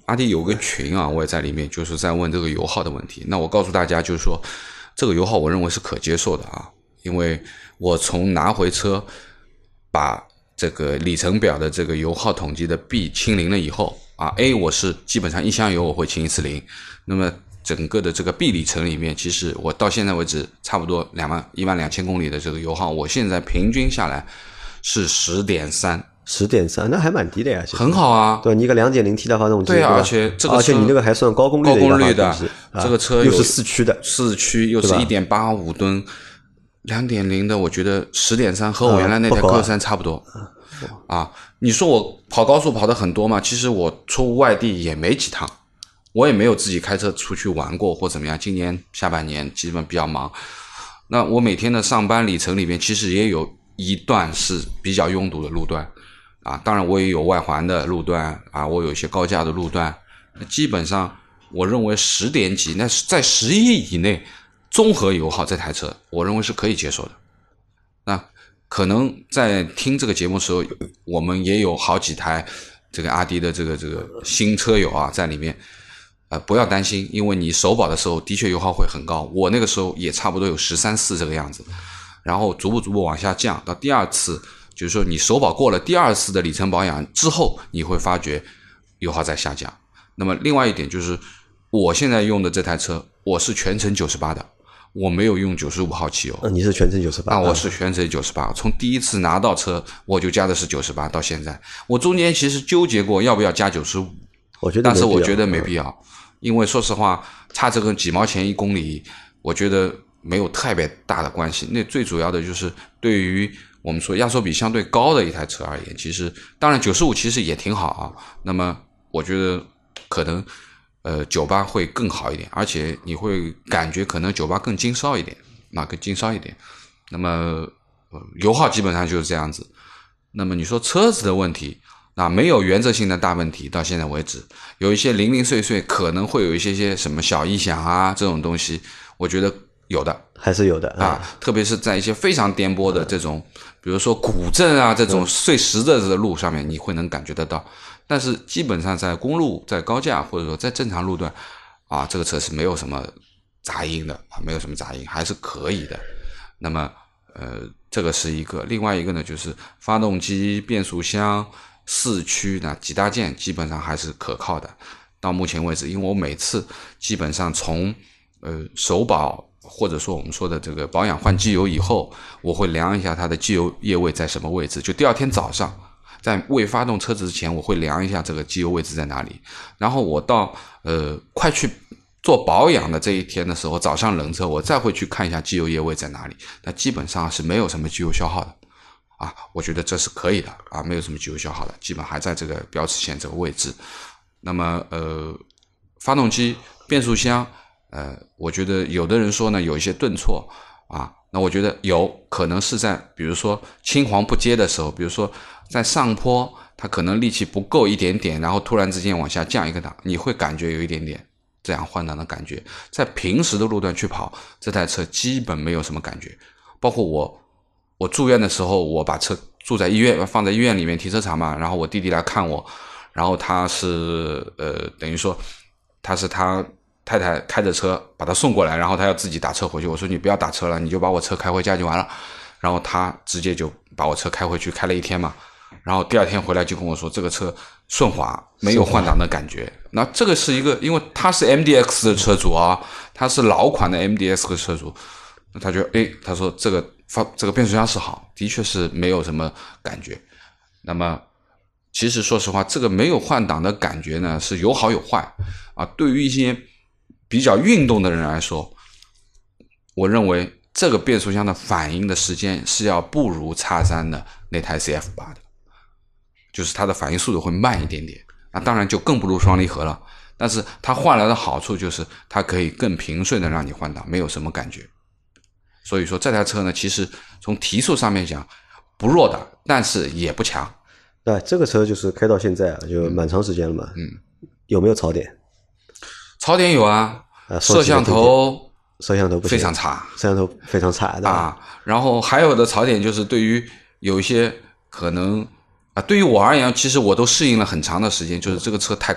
阿迪有个群啊，我也在里面，就是在问这个油耗的问题。那我告诉大家，就是说这个油耗我认为是可接受的啊，因为我从拿回车把这个里程表的这个油耗统计的 B 清零了以后啊 ，A 我是基本上一箱油我会清一次零，那么整个的这个 B 里程里面，其实我到现在为止差不多两万一万两千公里的这个油耗，我现在平均下来是 十点三。 十点三，那还蛮低的呀， 很好啊。 对，你一个 两点零 T 的发动机， 对啊，而且这个而且你那个还算高功率的高功率的， 啊、 这个车又是四驱的， 四驱又是 一点八五 吨 ，两点零 的，我觉得 十点三 和我原来那台 Q 三差不多。不啊, 啊，你说我跑高速跑的很多吗？其实我出外地也没几趟，我也没有自己开车出去玩过或怎么样。今年下半年基本比较忙，那我每天的上班里程里面，其实也有一段是比较拥堵的路段。啊，当然我也有外环的路段啊，我有一些高架的路段，基本上我认为十点几，那是在十一以内，综合油耗这台车，我认为是可以接受的。那可能在听这个节目的时候，我们也有好几台这个阿迪的这个这个新车友啊在里面，呃，不要担心，因为你首保的时候的确油耗会很高，我那个时候也差不多有十三四这个样子，然后逐步逐步往下降，到第二次。就是说你首保过了第二次的里程保养之后，你会发觉油耗在下降。那么另外一点就是我现在用的这台车，我是全程九十八的，我没有用九十五号汽油。 嗯，你是全程九十八？ 啊，我是全程九十八。从第一次拿到车我就加的是九十八，到现在我中间其实纠结过要不要加九十五， 我觉得但是我觉得没必要，嗯、因为说实话差这个几毛钱一公里，我觉得没有特别大的关系。那最主要的就是对于我们说压缩比相对高的一台车而言，其实当然九十五其实也挺好啊。那么我觉得可能呃九十八会更好一点，而且你会感觉可能九十八更经烧一点，那更经烧一点。那么、呃、油耗基本上就是这样子。那么你说车子的问题，那没有原则性的大问题，到现在为止，有一些零零碎碎可能会有一些些什么小异响啊这种东西，我觉得有的。 还是有的啊、嗯，特别是在一些非常颠簸的这种，嗯、比如说古镇啊这种碎石子的路上面，你会能感觉得到。但是基本上在公路、在高架或者说在正常路段，啊，这个车是没有什么杂音的啊，没有什么杂音，还是可以的。那么，呃，这个是一个。另外一个呢，就是发动机、变速箱、四驱呢几大件基本上还是可靠的。到目前为止，因为我每次基本上从呃首保。或者说我们说的这个保养换机油以后，我会量一下它的机油液位在什么位置，就第二天早上在未发动车子之前，我会量一下这个机油位置在哪里，然后我到呃快去做保养的这一天的时候，早上冷车我再会去看一下机油液位在哪里，那基本上是没有什么机油消耗的啊，我觉得这是可以的啊，没有什么机油消耗的，基本还在这个标尺线这个位置。那么呃发动机、变速箱呃，我觉得有的人说呢，有一些顿挫啊，那我觉得有可能是在比如说青黄不接的时候，比如说在上坡，它可能力气不够一点点，然后突然之间往下降一个档，你会感觉有一点点这样换挡的感觉。在平时的路段去跑，这台车基本没有什么感觉。包括我，我住院的时候，我把车住在医院，放在医院里面停车场嘛，然后我弟弟来看我，然后他是呃，等于说他是他。太太开着车把他送过来，然后他要自己打车回去。我说你不要打车了，你就把我车开回家就完了。然后他直接就把我车开回去，开了一天嘛。然后第二天回来就跟我说，这个车顺滑，没有换挡的感觉。那这个是一个，因为他是 M D X 的车主啊，他是老款的 M D X 的车主，那他就诶，他说这个发这个变速箱是好，的确是没有什么感觉。那么其实说实话，这个没有换挡的感觉呢，是有好有坏啊。对于一些比较运动的人来说，我认为这个变速箱的反应的时间是要不如 X 三 的那台 C F 八 的，就是它的反应速度会慢一点点，那当然就更不如双离合了。但是它换来的好处就是它可以更平顺的让你换挡，没有什么感觉。所以说这台车呢，其实从提速上面讲不弱的，但是也不强。 对，这个车就是开到现在啊，就蛮长时间了嘛。 嗯， 有没有槽点？ 槽点有啊， 啊摄像头， 摄像头不非常差， 摄像头非常差的啊。然后还有的槽点就是对于有一些可能啊，对于我而言，其实我都适应了很长的时间，就是这个车太宽了。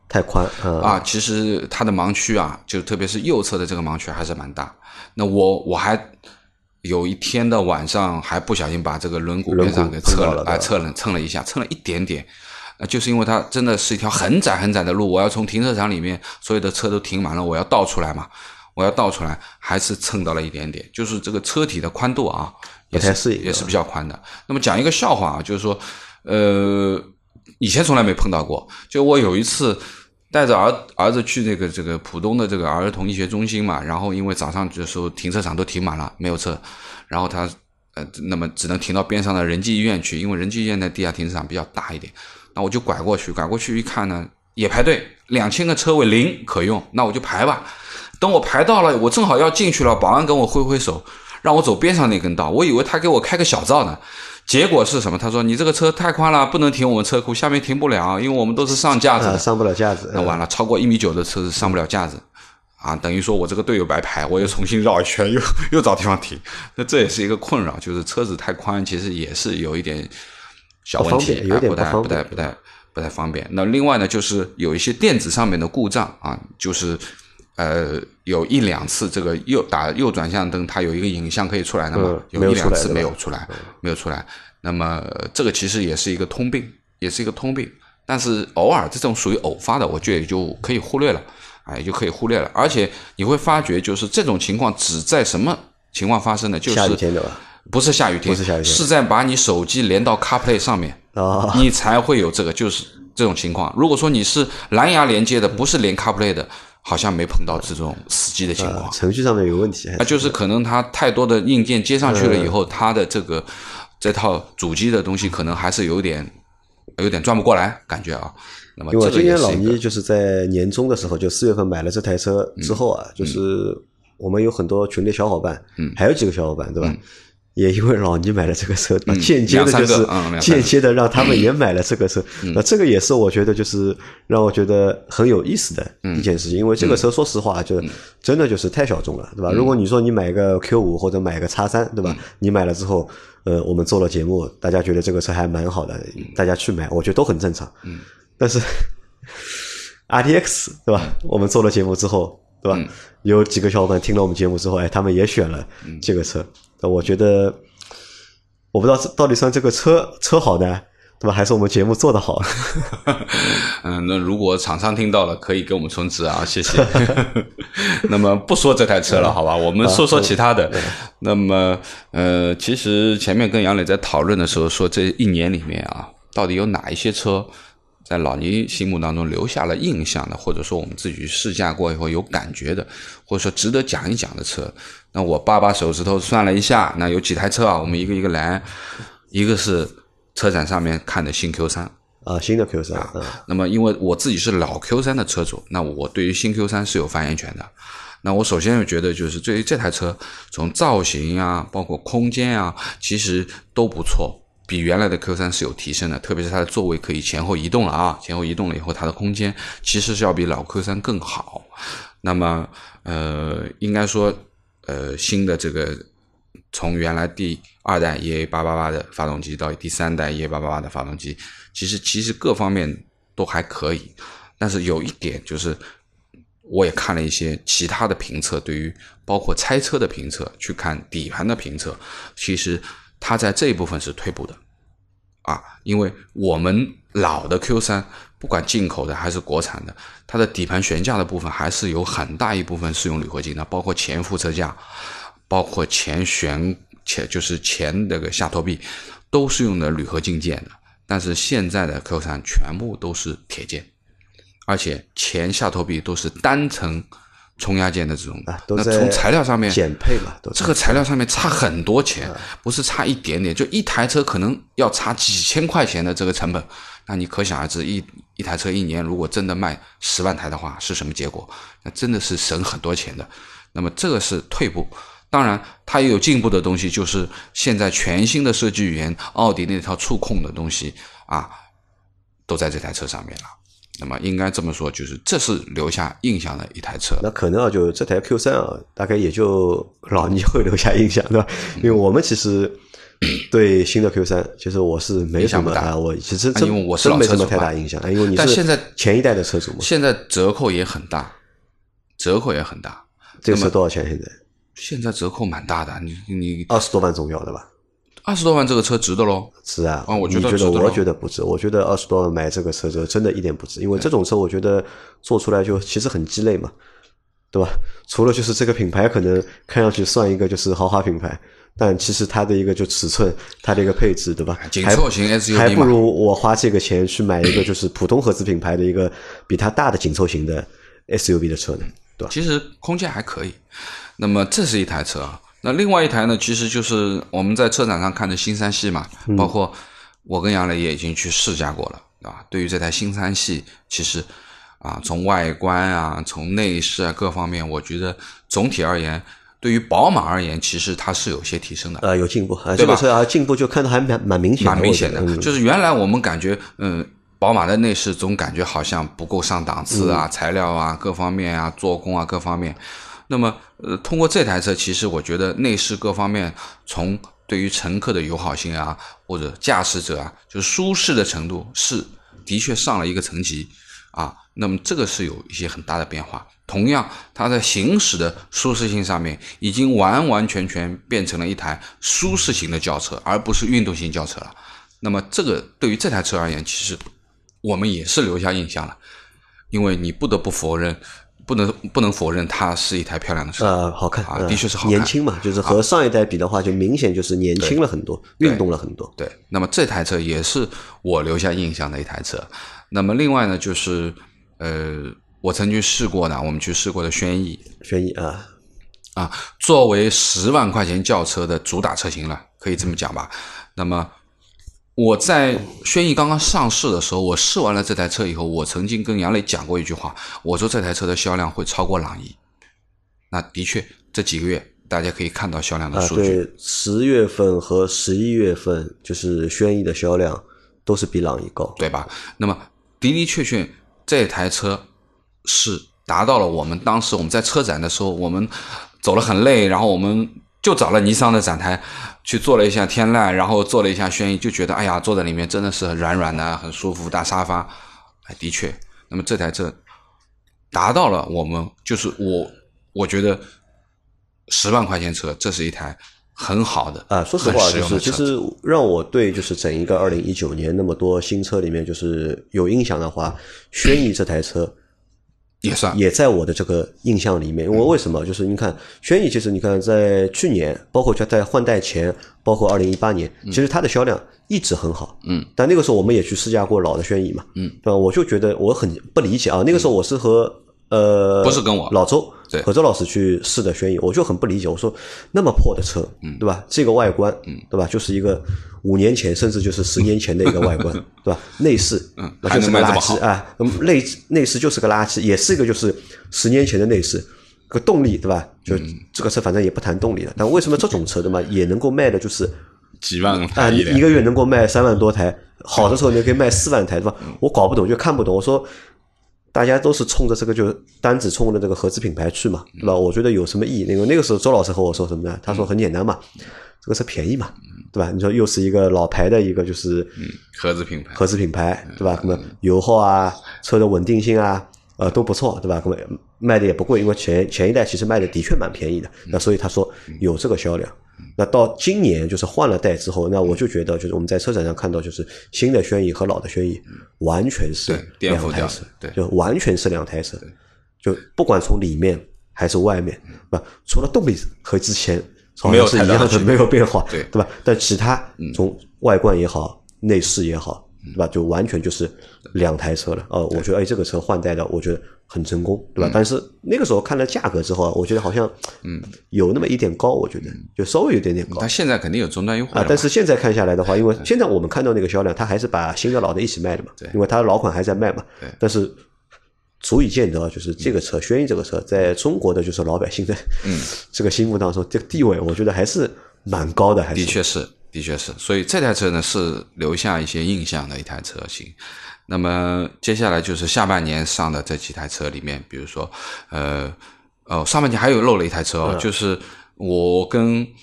太宽、嗯、 啊，其实它的盲区啊，就特别是右侧的这个盲区还是蛮大。那我我还有一天的晚上还不小心把这个轮毂边上给侧了，哎，侧了蹭了一下，蹭了一点点。那就是因为它真的是一条很窄很窄的路，我要从停车场里面所有的车都停满了，我要倒出来嘛，我要倒出来，还是蹭到了一点点，就是这个车体的宽度啊，也是也是比较宽的。那么讲一个笑话啊，就是说，呃，以前从来没碰到过，就我有一次带着儿儿子去那个这个浦东的这个儿童医学中心嘛，然后因为早上的时候停车场都停满了，没有车，然后他呃，那么只能停到边上的仁济医院去，因为仁济医院的地下停车场比较大一点。那我就拐过去，拐过去一看呢，也排队，两千个车位零可用，那我就排吧。等我排到了，我正好要进去了，保安跟我挥挥手，让我走边上那根道。我以为他给我开个小灶呢，结果是什么？他说你这个车太宽了，不能停我们车库，下面停不了，因为我们都是上架子的， 啊、上不了架子。 那完了，超过一米九的车是上不了架子。啊，等于说我这个队友白排，我又重新绕一圈，又又找地方停。那这也是一个困扰，就是车子太宽，其实也是有一点小问题， 有点不太不太不太不太方便。那另外呢，就是有一些电子上面的故障啊，就是呃有一两次这个右打右转向灯，它有一个影像可以出来的嘛， 嗯、 有一两次没有出来，没有出来。那么这个其实也是一个通病，也是一个通病。但是偶尔这种属于偶发的，我觉得也就可以忽略了。哎，就可以忽略了，而且你会发觉，就是这种情况只在什么情况发生呢？就是下雨天的吧？ 不是下雨天， 不是下雨天， 是在把你手机连到 CarPlay 上面， 哦、 你才会有这个，就是这种情况。如果说你是蓝牙连接的，不是连 CarPlay 的，好像没碰到这种死机的情况。 呃、程序上面有问题， 那就是可能它太多的硬件接上去了以后，嗯、它的这个这套主机的东西可能还是有点有点转不过来，感觉啊。那么因为今年老倪就是在年终的时候，就四月份买了这台车之后啊，嗯、就是我们有很多群里小伙伴，嗯，还有几个小伙伴，对吧？嗯、也因为老倪买了这个车，嗯、间接的就是、嗯、间接的让他们也买了这个车。嗯、那这个也是我觉得就是让我觉得很有意思的一件事情，嗯、因为这个车说实话就真的就是太小众了，对吧？嗯、如果你说你买个 Q 五 或者买个 X 三，对吧？嗯、你买了之后，呃，我们做了节目，大家觉得这个车还蛮好的，大家去买，我觉得都很正常。嗯。但是 R T X 对吧？我们做了节目之后，对吧？嗯、有几个小伙伴听了我们节目之后，哎，他们也选了这个车。那、嗯、我觉得，我不知道到底算这个车车好呢，对吧？还是我们节目做得好？ 嗯，那如果厂商听到了，可以给我们充值啊，谢谢。那么不说这台车了，好吧？我们说说其他的。那么，呃，其实前面跟杨磊在讨论的时候说，这一年里面啊。到底有哪一些车在老倪心目当中留下了印象的，或者说我们自己试驾过以后有感觉的，或者说值得讲一讲的车？那我扒扒手指头算了一下，那有几台车啊？我们一个一个来。一个是车展上面看的新 Q 三啊，新的 Q 三、 啊嗯、那么因为我自己是老 Q 三的车主，那我对于新 Q 三是有发言权的。那我首先觉得就是对于这台车从造型啊包括空间啊其实都不错，比原来的 Q 三是有提升的，特别是它的座位可以前后移动了啊，前后移动了以后它的空间其实是要比老 Q 三更好。那么呃应该说呃新的这个从原来第二代 E A 八八八 的发动机到第三代 E A 八八八 的发动机，其实其实各方面都还可以，但是有一点就是我也看了一些其他的评测，对于包括拆车的评测，去看底盘的评测，其实它在这一部分是退步的啊，因为我们老的 Q 三不管进口的还是国产的，它的底盘悬架的部分还是有很大一部分是用铝合金的，包括前副车架，包括前悬前就是前那个下托臂都是用的铝合金件的，但是现在的 Q 三全部都是铁件，而且前下托臂都是单层冲压件的这种、 啊、 那从材料上面减配嘛， 这个材料上面差很多钱、啊、不是差一点点，就一台车可能要差几千块钱的这个成本，那你可想而知一一台车一年如果真的卖十万台的话是什么结果，那真的是省很多钱的。那么这个是退步，当然它也有进步的东西，就是现在全新的设计语言奥迪那套触控的东西啊都在这台车上面了。那么应该这么说，就是这是留下印象的一台车。 那可能啊，就这台 Q 三啊，大概也就老倪会留下印象，对吧？因为我们其实对新的 Q 三，其实我是没什么啊，我其实真、 因为我是老车主真没什么太大影响，因为你是前一代的车主嘛。 现在折扣也很大，折扣也很大。 这个车多少钱？现在？ 现在折扣蛮大的，你你二十多万总要的吧？ 二十多万这个车值得咯？ 是啊， 啊，我觉得， 你觉得我觉得不值。我觉得二十多万买这个车，这真的一点不值，因为这种车我觉得做出来就其实很鸡肋嘛，对吧？除了就是这个品牌可能看上去算一个就是豪华品牌，但其实它的一个就尺寸，它的一个配置，对吧？ 紧凑型 S U V 还不如我花这个钱去买一个就是普通合资品牌的一个比它大的紧凑型的 S U V 的车呢，对吧？ 其实空间还可以。那么这是一台车啊。那另外一台呢，其实就是我们在车展上看的新三系嘛， 嗯、 包括我跟杨磊也已经去试驾过了，对吧？对于这台新三系，其实啊，从外观啊，从内饰啊各方面，我觉得总体而言，对于宝马而言，其实它是有些提升的， 呃，有进步啊，这个车啊进步就看得还蛮蛮明显的， 蛮明显的。 嗯、 就是原来我们感觉，嗯，宝马的内饰总感觉好像不够上档次啊，嗯、材料啊各方面啊，做工啊各方面。那么，呃，通过这台车，其实我觉得内饰各方面，从对于乘客的友好性啊，或者驾驶者啊，就舒适的程度，是的确上了一个层级啊。那么这个是有一些很大的变化。同样，它在行驶的舒适性上面，已经完完全全变成了一台舒适型的轿车，而不是运动型轿车了。那么这个对于这台车而言，其实我们也是留下印象了，因为你不得不否认。不能不能否认，它是一台漂亮的车， 呃，好看啊，的确是好看， 年轻嘛，就是和上一代比的话，就明显就是年轻了很多，运动了很多。 对，那么这台车也是我留下印象的一台车。那么另外呢，就是呃，我曾经试过的，我们去试过的轩逸， 轩逸啊啊，作为十万块钱轿车的主打车型了，可以这么讲吧。那么。我在轩逸刚刚上市的时候，我试完了这台车以后，我曾经跟杨磊讲过一句话，我说这台车的销量会超过朗逸。那的确，这几个月大家可以看到销量的数据。 啊、对，十月份和十一月份就是轩逸的销量都是比朗逸高， 对吧？那么的的确确，这台车是达到了我们当时我们在车展的时候，我们走了很累，然后我们就找了尼桑的展台。去坐了一下天籁，然后坐了一下轩逸，就觉得哎呀，坐在里面真的是很软软的，很舒服，大沙发。哎，的确，那么这台车达到了我们就是我我觉得十万块钱车，这是一台很好的啊。说实话，就是其实让我对就是整一个二零一九年那么多新车里面，就是有印象的话，轩逸这台车。 也算也在我的这个印象里面，因为为什么？就是你看轩逸，其实你看在去年，包括在换代前，包括二零一八年，其实它的销量一直很好。 嗯， 但那个时候我们也去试驾过老的轩逸嘛。 嗯， 对吧？我就觉得我很不理解啊。那个时候我是和呃不是跟我老周对和周老师去试的轩逸，我就很不理解。我说那么破的车，嗯，对吧？这个外观，嗯，对吧？就是一个五年前甚至就是十年前的一个外观，对吧？内饰， 嗯， 那就是个垃圾啊，内内饰就是个垃圾，也是一个就是十年前的内饰。个动力，对吧？就这个车反正也不谈动力了，但为什么这种车对吧也能够卖的就是几万啊，一个月能够卖三万多台，好的时候你可以卖四万台，对吧？我搞不懂，就看不懂。我说大家都是冲着这个就单只冲着这个合资品牌去嘛，对吧？我觉得有什么意义？那个那个时候周老师和我说什么呢？他说很简单嘛，这个车便宜嘛，对吧？你说又是一个老牌的一个就是嗯合资品牌， 合资品牌，对吧？那么油耗啊，车的稳定性啊。呃，都不错，对吧？那么卖的也不贵，因为前前一代其实卖的的确蛮便宜的。那所以他说有这个销量。那到今年就是换了代之后，那我就觉得就是我们在车展上看到，就是新的轩逸和老的轩逸完全是两台车， 对， 就完全是两台车。就不管从里面还是外面，不，除了动力和之前好像是一样的，没有变化， 对对吧？但其他从外观也好，内饰也好。对吧？就完全就是两台车了。呃，我觉得哎，这个车换代的，我觉得很成功，对吧？嗯、但是那个时候看了价格之后，我觉得好像嗯有那么一点高，我觉得就稍微有点点高。 它现在肯定有终端优惠啊，但是现在看下来的话，因为现在我们看到那个销量，它还是把新的老的一起卖的嘛，因为它老款还在卖嘛。但是足以见得，就是这个车，轩逸这个车，在中国的就是老百姓的嗯这个心目当中，这个地位，我觉得还是蛮高的，还是的确是。的确是，所以这台车呢是留下一些印象的一台车型。那么接下来就是下半年上的这几台车里面，比如说，呃，哦，上半年还有漏了一台车哦，嗯、就是我跟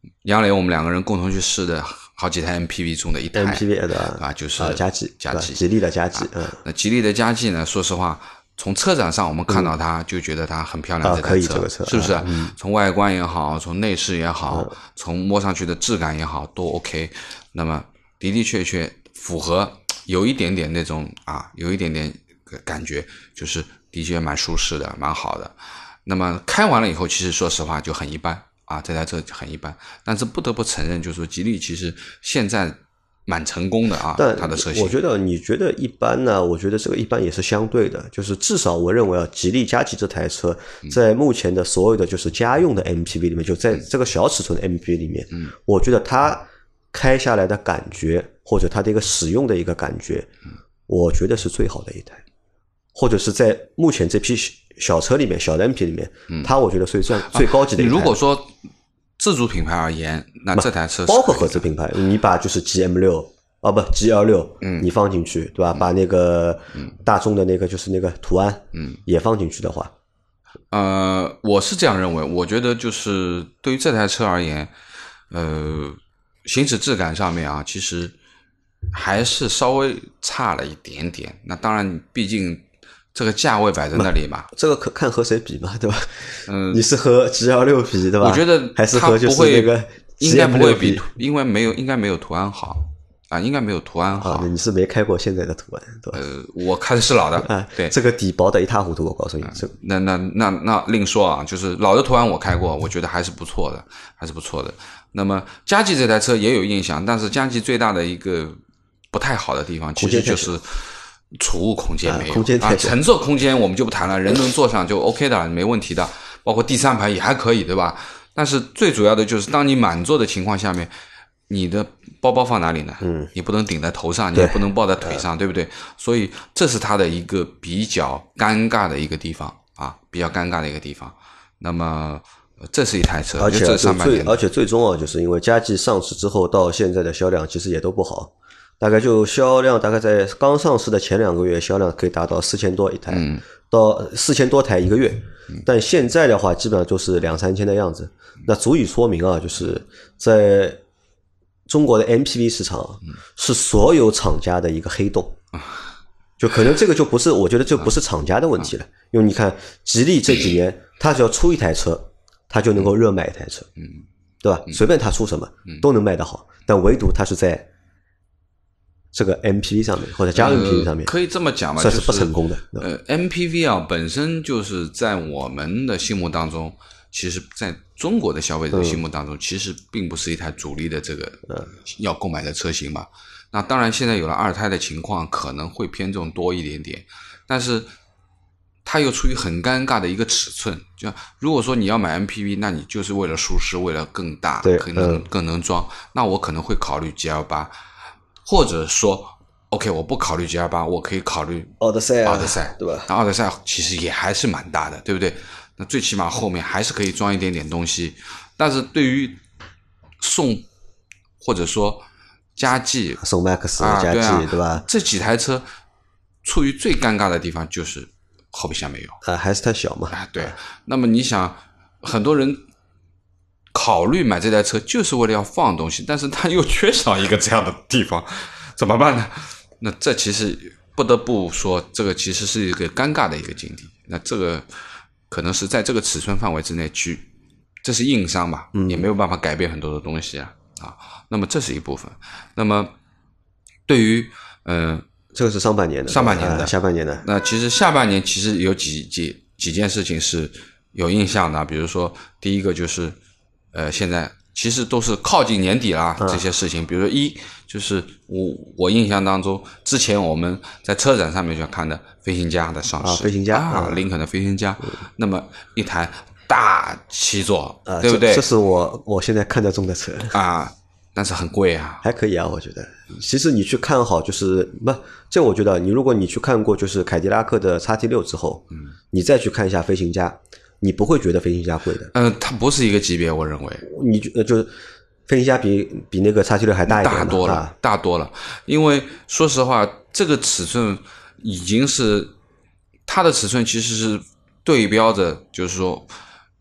杨磊我们两个人共同去试的好几台 M P V 中的一台 M P V 的啊，就是嘉际， 嘉际， 吉利的嘉际，嗯， 那吉利的嘉际呢，说实话。从车展上我们看到它，就觉得它很漂亮。这台车、 啊、可以这个车是不是、 嗯？ 从外观也好，从内饰也好、 嗯， 从摸上去的质感也好，都 OK。那么的的确确符合，有一点点那种啊，有一点点感觉，就是的确蛮舒适的，蛮好的。那么开完了以后，其实说实话就很一般啊，这台车很一般。但是不得不承认，就是说吉利其实现在。蛮成功的啊， 但它的车型。 我觉得你觉得一般呢？我觉得这个一般也是相对的，就是至少我认为啊，吉利嘉际这台车在目前的所有的就是家用的 M P V 里面，就在这个小尺寸的 M P V 里面，嗯，我觉得它开下来的感觉，或者它的一个使用的一个感觉，我觉得是最好的一台，或者是在目前这批小车里面，小的 M P V 里面，嗯，它我觉得是算最高级的一台。 啊、你如果说自主品牌而言，那这台车包括合资品牌，你把就是 G M 六哦不 G L 六，嗯，你放进去对吧？嗯、把那个大众的那个就是那个途安，嗯，也放进去的话， 呃，我是这样认为，我觉得就是对于这台车而言，呃，行驶质感上面啊，其实还是稍微差了一点点。那当然，毕竟。这个价位摆在那里嘛， 这个可看和谁比嘛，对吧？嗯，你是和 G L 六 比，对吧？ 我觉得还是和就是那个应该不会比，因为没有应该没有途安好啊，应该没有途安好。 啊、你是没开过现在的途安，对吧？ 呃，我开的是老的， 啊， 对， 这个底薄的一塌糊涂，我告诉你，这、 嗯、那那那那另说啊，就是老的途安我开过，我觉得还是不错的，还是不错的。那么嘉际这台车也有印象，但是嘉际最大的一个不太好的地方，其实就是。储物空间没有， 啊、空间太小、啊、乘坐空间我们就不谈了，人能坐上就 OK 的，没问题的，包括第三排也还可以，对吧？但是最主要的就是，当你满座的情况下面，你的包包放哪里呢？嗯，你不能顶在头上，你也不能抱在腿上， 对, 对不对？所以这是它的一个比较尴尬的一个地方啊，比较尴尬的一个地方。那么这是一台车， 而且这上半年， 而且最终啊，就是因为嘉际上市之后到现在的销量其实也都不好。大概就销量大概在刚上市的前两个月销量可以达到四千多一台，嗯、到四千多台一个月，嗯、但现在的话基本上就是两三千的样子，那足以说明啊，就是在中国的 M P V 市场、啊嗯、是所有厂家的一个黑洞，嗯、就可能这个就不是，我觉得这不是厂家的问题了，嗯、因为你看吉利这几年，它只要出一台车，它就能够热卖一台车，嗯、对吧？随便它出什么都能卖得好，但唯独它是在这个 M P V 上面或者加 M P V 上面、 呃，可以这么讲吧， 算是不成功的。 就是、呃 ，M P V 啊，本身就是在我们的心目当中，其实在中国的消费者心目当中，嗯、其实并不是一台主力的这个、呃、要购买的车型嘛。那当然，现在有了二胎的情况，可能会偏重多一点点，但是它又处于很尴尬的一个尺寸。就如果说你要买 M P V， 那你就是为了舒适，为了更大，可能、嗯、更能装，那我可能会考虑 G L 八。或者说 OK 我不考虑 G L 八， 我可以考虑奥德赛、啊、 奥德赛， 对吧？ 那奥德赛其实也还是蛮大的，对不对？那最起码后面还是可以装一点点东西。但是对于宋或者说嘉际、 宋 Max、 啊、 嘉际、 对啊， 对吧？ 这几台车处于最尴尬的地方就是后备箱没有啊，还是太小嘛。 啊，对。那么你想，很多人考虑买这台车就是为了要放东西，但是他又缺少一个这样的地方，怎么办呢？那这其实不得不说，这个其实是一个尴尬的一个境地。那这个可能是在这个尺寸范围之内去，这是硬伤吧，嗯、也没有办法改变很多的东西啊啊。那么这是一部分。那么对于呃， 这个是上半年的， 上半年的， 啊、下半年的。 那其实下半年其实有几几几件事情是有印象的，比如说第一个就是。呃，现在其实都是靠近年底啦，这些事情，嗯、比如说一就是我我印象当中，之前我们在车展上面就看的飞行家的上市， 啊、飞行家啊，林肯的飞行家，嗯、那么一台大七座， 啊、 对不对？ 这, 这是我我现在看得中的车啊，但是很贵啊， 还可以啊，我觉得。其实你去看好，就是不，这我觉得你如果你去看过就是凯迪拉克的 X T 六 之后，嗯，你再去看一下飞行家。你不会觉得飞行家贵的， 嗯、呃，它不是一个级别，我认为。 你呃，就是飞行家比比那个 X T 六 还大一点， 大多了， 啊、 大多了。因为说实话，这个尺寸已经是它的尺寸，其实是对标着，就是说，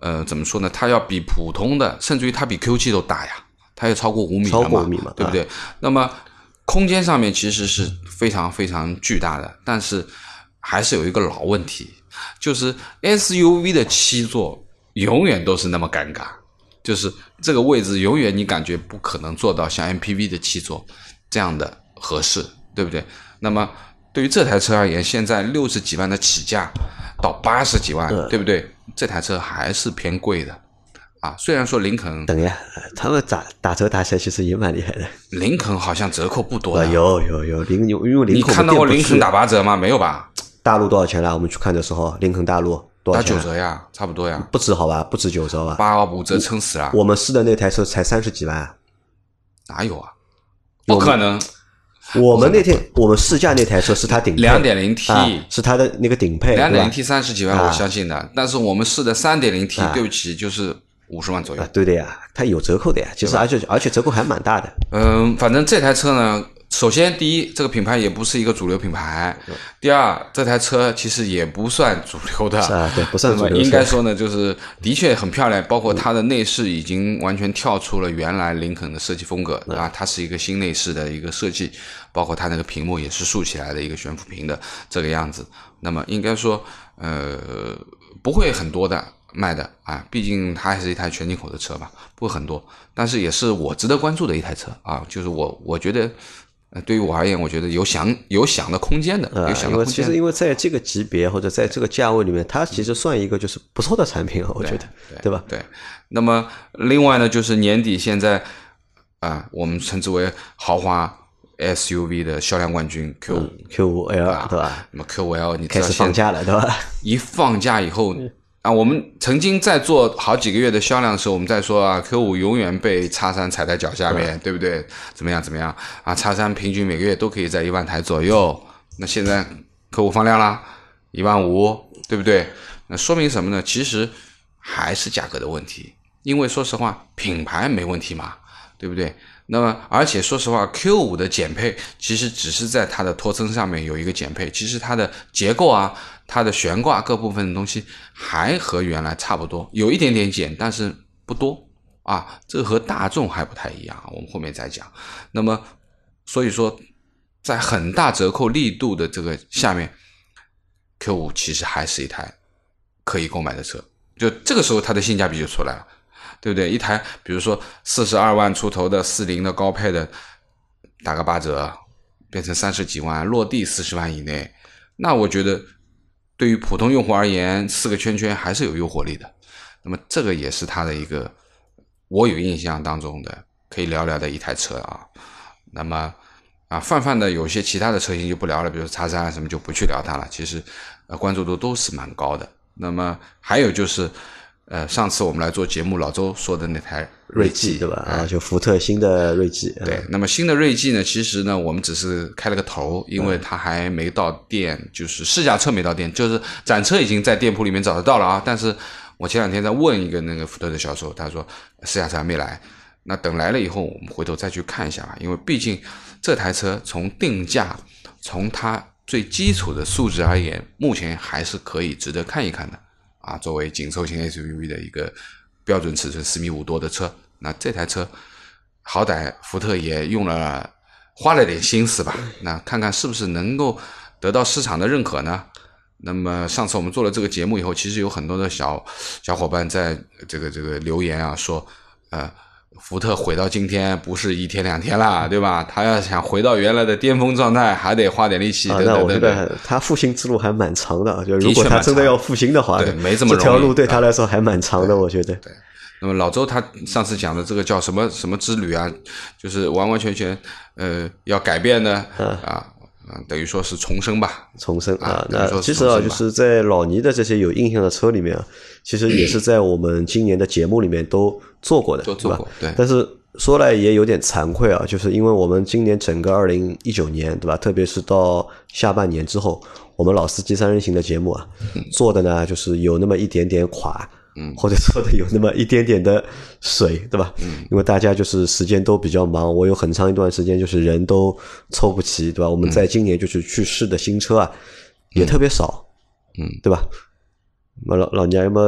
呃，怎么说呢？它要比普通的，甚至于它比 Q 七都大呀，它要超过五米了嘛， 超过五米嘛， 对不对？ 啊、 那么空间上面其实是非常非常巨大的，但是还是有一个老问题，就是 S U V 的七座永远都是那么尴尬，就是这个位置永远你感觉不可能做到像 M P V 的七座这样的合适，对不对？那么对于这台车而言，现在六十几万的起价到八十几万， 嗯、 对不对？这台车还是偏贵的啊。虽然说林肯， 等呀，他们打打折打起来其实也蛮厉害的。 林肯好像折扣不多的， 啊、有有有林因为林肯你看到过林肯打八折吗？没有吧？ 大陆多少钱了？我们去看的时候，林肯大陆多少钱？ 打九折呀，差不多呀。 不止好吧？不止九折吧？ 八五折撑死了。 我们试的那台车才三十几万， 哪有啊？不可能。 我们那天我们试驾那台车是它顶配二点零 T、 啊、是它的那个顶配二点零 T 三十几万我相信的、啊、但是我们试的 三点零 T、啊、对不起就是五十万左右、 啊、对的呀，它有折扣的呀，其实而且而且折扣还蛮大的。 嗯，反正这台车呢，首先第一，这个品牌也不是一个主流品牌，第二，这台车其实也不算主流的啊，对，不算主流。 应该说呢，就是的确很漂亮，包括它的内饰已经完全跳出了原来林肯的设计风格、嗯、啊，它是一个新内饰的一个设计，包括它那个屏幕也是竖起来的一个悬浮屏的这个样子。那么应该说，呃，不会很多的卖的啊，毕竟它还是一台全进口的车吧，不会很多，但是也是我值得关注的一台车啊，就是我我觉得。对于我而言，我觉得有想有想的空间的，有想的空间的、呃。因为其实因为在这个级别或者在这个价位里面，它其实算一个就是不错的产品了，我觉得， 对, 对吧？ 对。那么另外呢，就是年底现在啊、呃，我们称之为豪华 S U V 的销量冠军 Q 五、 嗯、Q 五 L、啊、对吧？ 那么 Q 五 L 你开始放假了，对吧？ 一放假以后。啊，我们曾经在做好几个月的销量的时候，我们在说啊 ，Q 五 永远被 X 三 踩在脚下面，对不对？怎么样怎么样啊 ？X 三 平均每个月都可以在一万台左右，那现在 Q 五 放量啦，一万五，对不对？那说明什么呢？其实还是价格的问题，因为说实话，品牌没问题嘛，对不对？那么，而且说实话 ，Q 五 的减配其实只是在它的托撑上面有一个减配，其实它的结构啊。它的悬挂各部分的东西还和原来差不多，有一点点减，但是不多啊。这个和大众还不太一样，我们后面再讲。那么，所以说，在很大折扣力度的这个下面 ，Q 五 其实还是一台可以购买的车。就这个时候，它的性价比就出来了，对不对？一台比如说四十二万出头的四零的高配的，打个八折，变成三十几万，落地四十万以内，那我觉得。对于普通用户而言，四个圈圈还是有诱惑力的。那么这个也是它的一个我有印象当中的可以聊聊的一台车啊。那么啊，泛泛的有些其他的车型就不聊了，比如 X 三 什么就不去聊它了。其实呃关注度都是蛮高的。那么还有就是呃上次我们来做节目老周说的那台锐际对吧？啊，就福特新的锐际。 对，那么新的锐际呢，其实呢，我们只是开了个头，因为它还没到店，就是试驾车没到店，就是展车已经在店铺里面找得到了啊。但是我前两天在问一个那个福特的销售，他说试驾车还没来，那等来了以后，我们回头再去看一下吧，因为毕竟这台车从定价，从它最基础的素质而言，目前还是可以值得看一看的啊。作为紧凑型 S U V 的一个标准尺寸四米五多的车。那这台车好歹福特也用了花了点心思吧，那看看是不是能够得到市场的认可呢？那么上次我们做了这个节目以后，其实有很多的小小伙伴在这个这个留言啊，说呃福特毁到今天不是一天两天啦，对吧？他要想回到原来的巅峰状态，还得花点力气。 啊， 对对对对， 那我觉得他复兴之路还蛮长的，就如果他真的要复兴的话， 对，没这么容易， 这条路对他来说还蛮长的，我觉得。 对。那么老周他上次讲的这个叫什么什么之旅啊，就是完完全全呃要改变的、嗯、啊，等于说是重生吧， 重生啊。 啊那其实啊，就是在老倪的这些有印象的车里面啊，其实也是在我们今年的节目里面都做过的， 都做过，对。 但是说来也有点惭愧啊，就是因为我们今年整个二零一九年，对吧？特别是到下半年之后，我们老司机三人行的节目啊，嗯、做的呢就是有那么一点点垮。嗯，或者说的有那么一点点的水，对吧？嗯，因为大家就是时间都比较忙，我有很长一段时间就是人都凑不齐，对吧？我们在今年就是去试的新车啊，嗯、也特别少，嗯，对吧？那老老娘有没有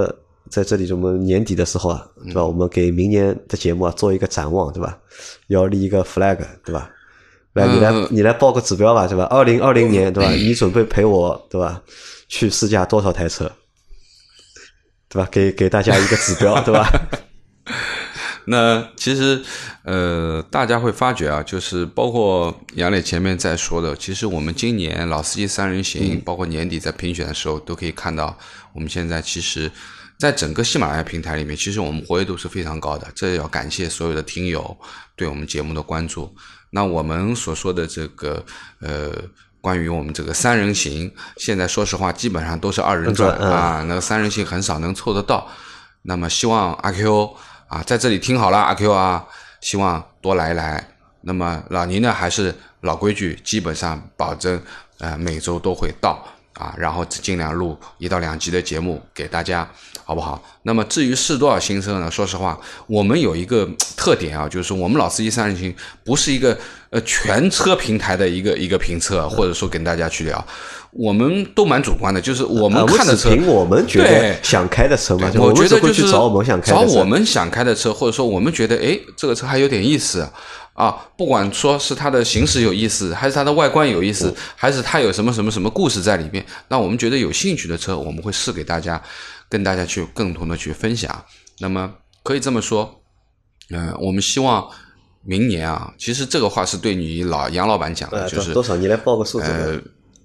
在这里我们年底的时候啊，对吧？我们给明年的节目啊做一个展望，对吧？要立一个 flag， 对吧？来，你来，你来报个指标吧，对吧？二零二零年，对吧？你准备陪我，对吧？去试驾多少台车，对吧？给给大家一个指标，对吧？ 那其实，呃，大家会发觉啊，就是包括杨磊前面在说的，其实我们今年老司机三人行，嗯、包括年底在评选的时候，都可以看到，我们现在其实，在整个喜马拉雅平台里面，其实我们活跃度是非常高的，这要感谢所有的听友对我们节目的关注。那我们所说的这个，呃。关于我们这个三人行，现在说实话基本上都是二人转、嗯、啊，那个三人行很少能凑得到。那么希望阿 Q 啊在这里听好了，阿 Q 啊，希望多来一来。那么老倪呢还是老规矩，基本上保证呃每周都会到啊，然后尽量录一到两集的节目给大家，好不好？那么至于试多少新车呢？说实话，我们有一个特点啊，就是我们老司机三人行不是一个呃全车平台的一个一个评测，或者说跟大家去聊，我们都蛮主观的，就是我们看的车， 凭我们觉得想开的车嘛， 我觉得就是找我们想开的车， 找我们想开的车，或者说我们觉得诶这个车还有点意思。啊，不管说是它的行驶有意思，还是它的外观有意思，还是它有什么什么什么故事在里面，那我们觉得有兴趣的车，我们会试给大家，跟大家去共同的去分享。那么可以这么说，嗯、呃，我们希望明年啊，其实这个话是对你老杨老板讲的，呃、就是多少？你来报个数字。呃，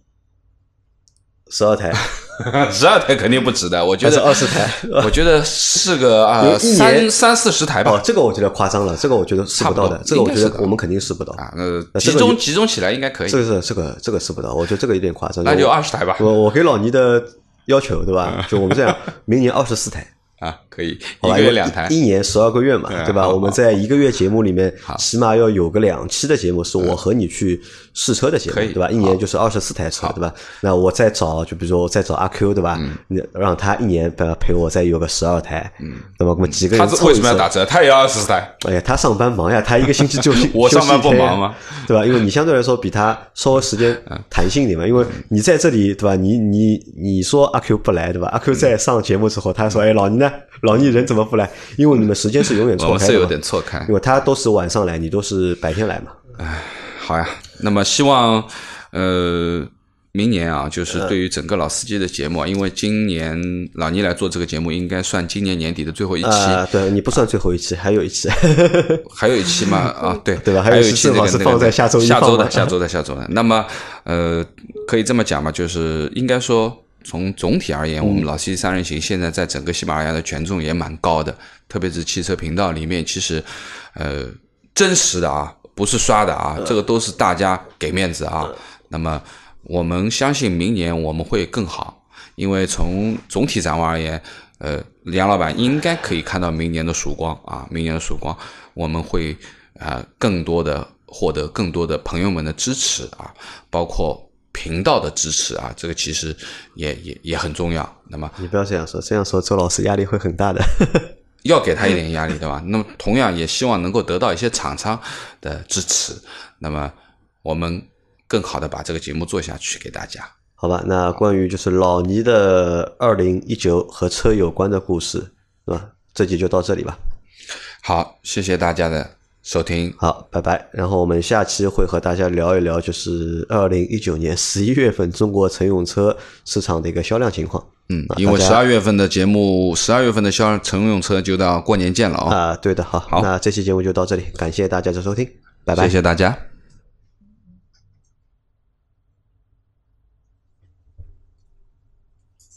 十二台。 十二台肯定不止的，我觉得二十台， 我觉得是个啊、呃、三三四十台吧。 哦，这个我觉得夸张了，这个我觉得试不到的，这个我觉得我们肯定试不到啊。呃，集中集中起来应该可以。 这个是这个这个试不到，我觉得这个有点夸张。 那就二十台吧。 我我给老倪的要求，对吧？就我们这样，明年二十四台。 啊，可以，一个月两台， 一年十二个月嘛，对吧？我们在一个月节目里面，起码要有个两期的节目是我和你去试车的节目，对吧？一年就是二十四台车，对吧？那我再找，就比如说我再找阿 Q， 对吧？嗯，让他一年陪我再有个十二台，嗯，那么我们几个人他为什么要打折？他也要二十四台。 哎呀，他上班忙呀，他一个星期就我上班不忙吗？ 对吧？因为你相对来说比他稍微时间弹性一点嘛，因为你在这里，对吧？你你你说阿 Q 不来，对吧？阿 Q 在上节目之后，他说：“哎，老倪呢？老倪人怎么不来？因为你们时间是永远错开的，我们是有点错开， 因为他都是晚上来，你都是白天来嘛。” 哎，好呀。那么希望呃明年啊，就是对于整个老司机的节目、啊，因为今年老倪来做这个节目，应该算今年年底的最后一期。 啊、呃，对，你不算最后一期，还有一期， 还有一期嘛？啊，对对吧？还有一期正好是放在下周一下周的下周的下周的。那么呃，可以这么讲吧，就是应该说。从总体而言，我们老司机三人行现在在整个喜马拉雅的权重也蛮高的，特别是汽车频道里面，其实，呃，真实的啊，不是刷的啊，这个都是大家给面子啊。那么我们相信明年我们会更好，因为从总体展望而言，呃，杨老板应该可以看到明年的曙光啊，明年的曙光，我们会啊、呃、更多的获得更多的朋友们的支持啊，包括。频道的支持啊，这个其实也也也很重要。那么你不要这样说，这样说周老师压力会很大的。 要给他一点压力，对吧？那么同样也希望能够得到一些厂商的支持。那么我们更好的把这个节目做下去给大家。 好吧，那关于就是老倪的二零一九和车有关的故事，是吧？这集就到这里吧。 好，谢谢大家的收听， 好，拜拜。然后我们下期会和大家聊一聊，就是二零一九年十一月份中国乘用车市场的一个销量情况。 嗯，因为十二月份的节目，十二月份的销乘用车就到过年见了哦。 啊，对的，好，好，那这期节目就到这里，感谢大家的收听，拜拜， 谢谢大家。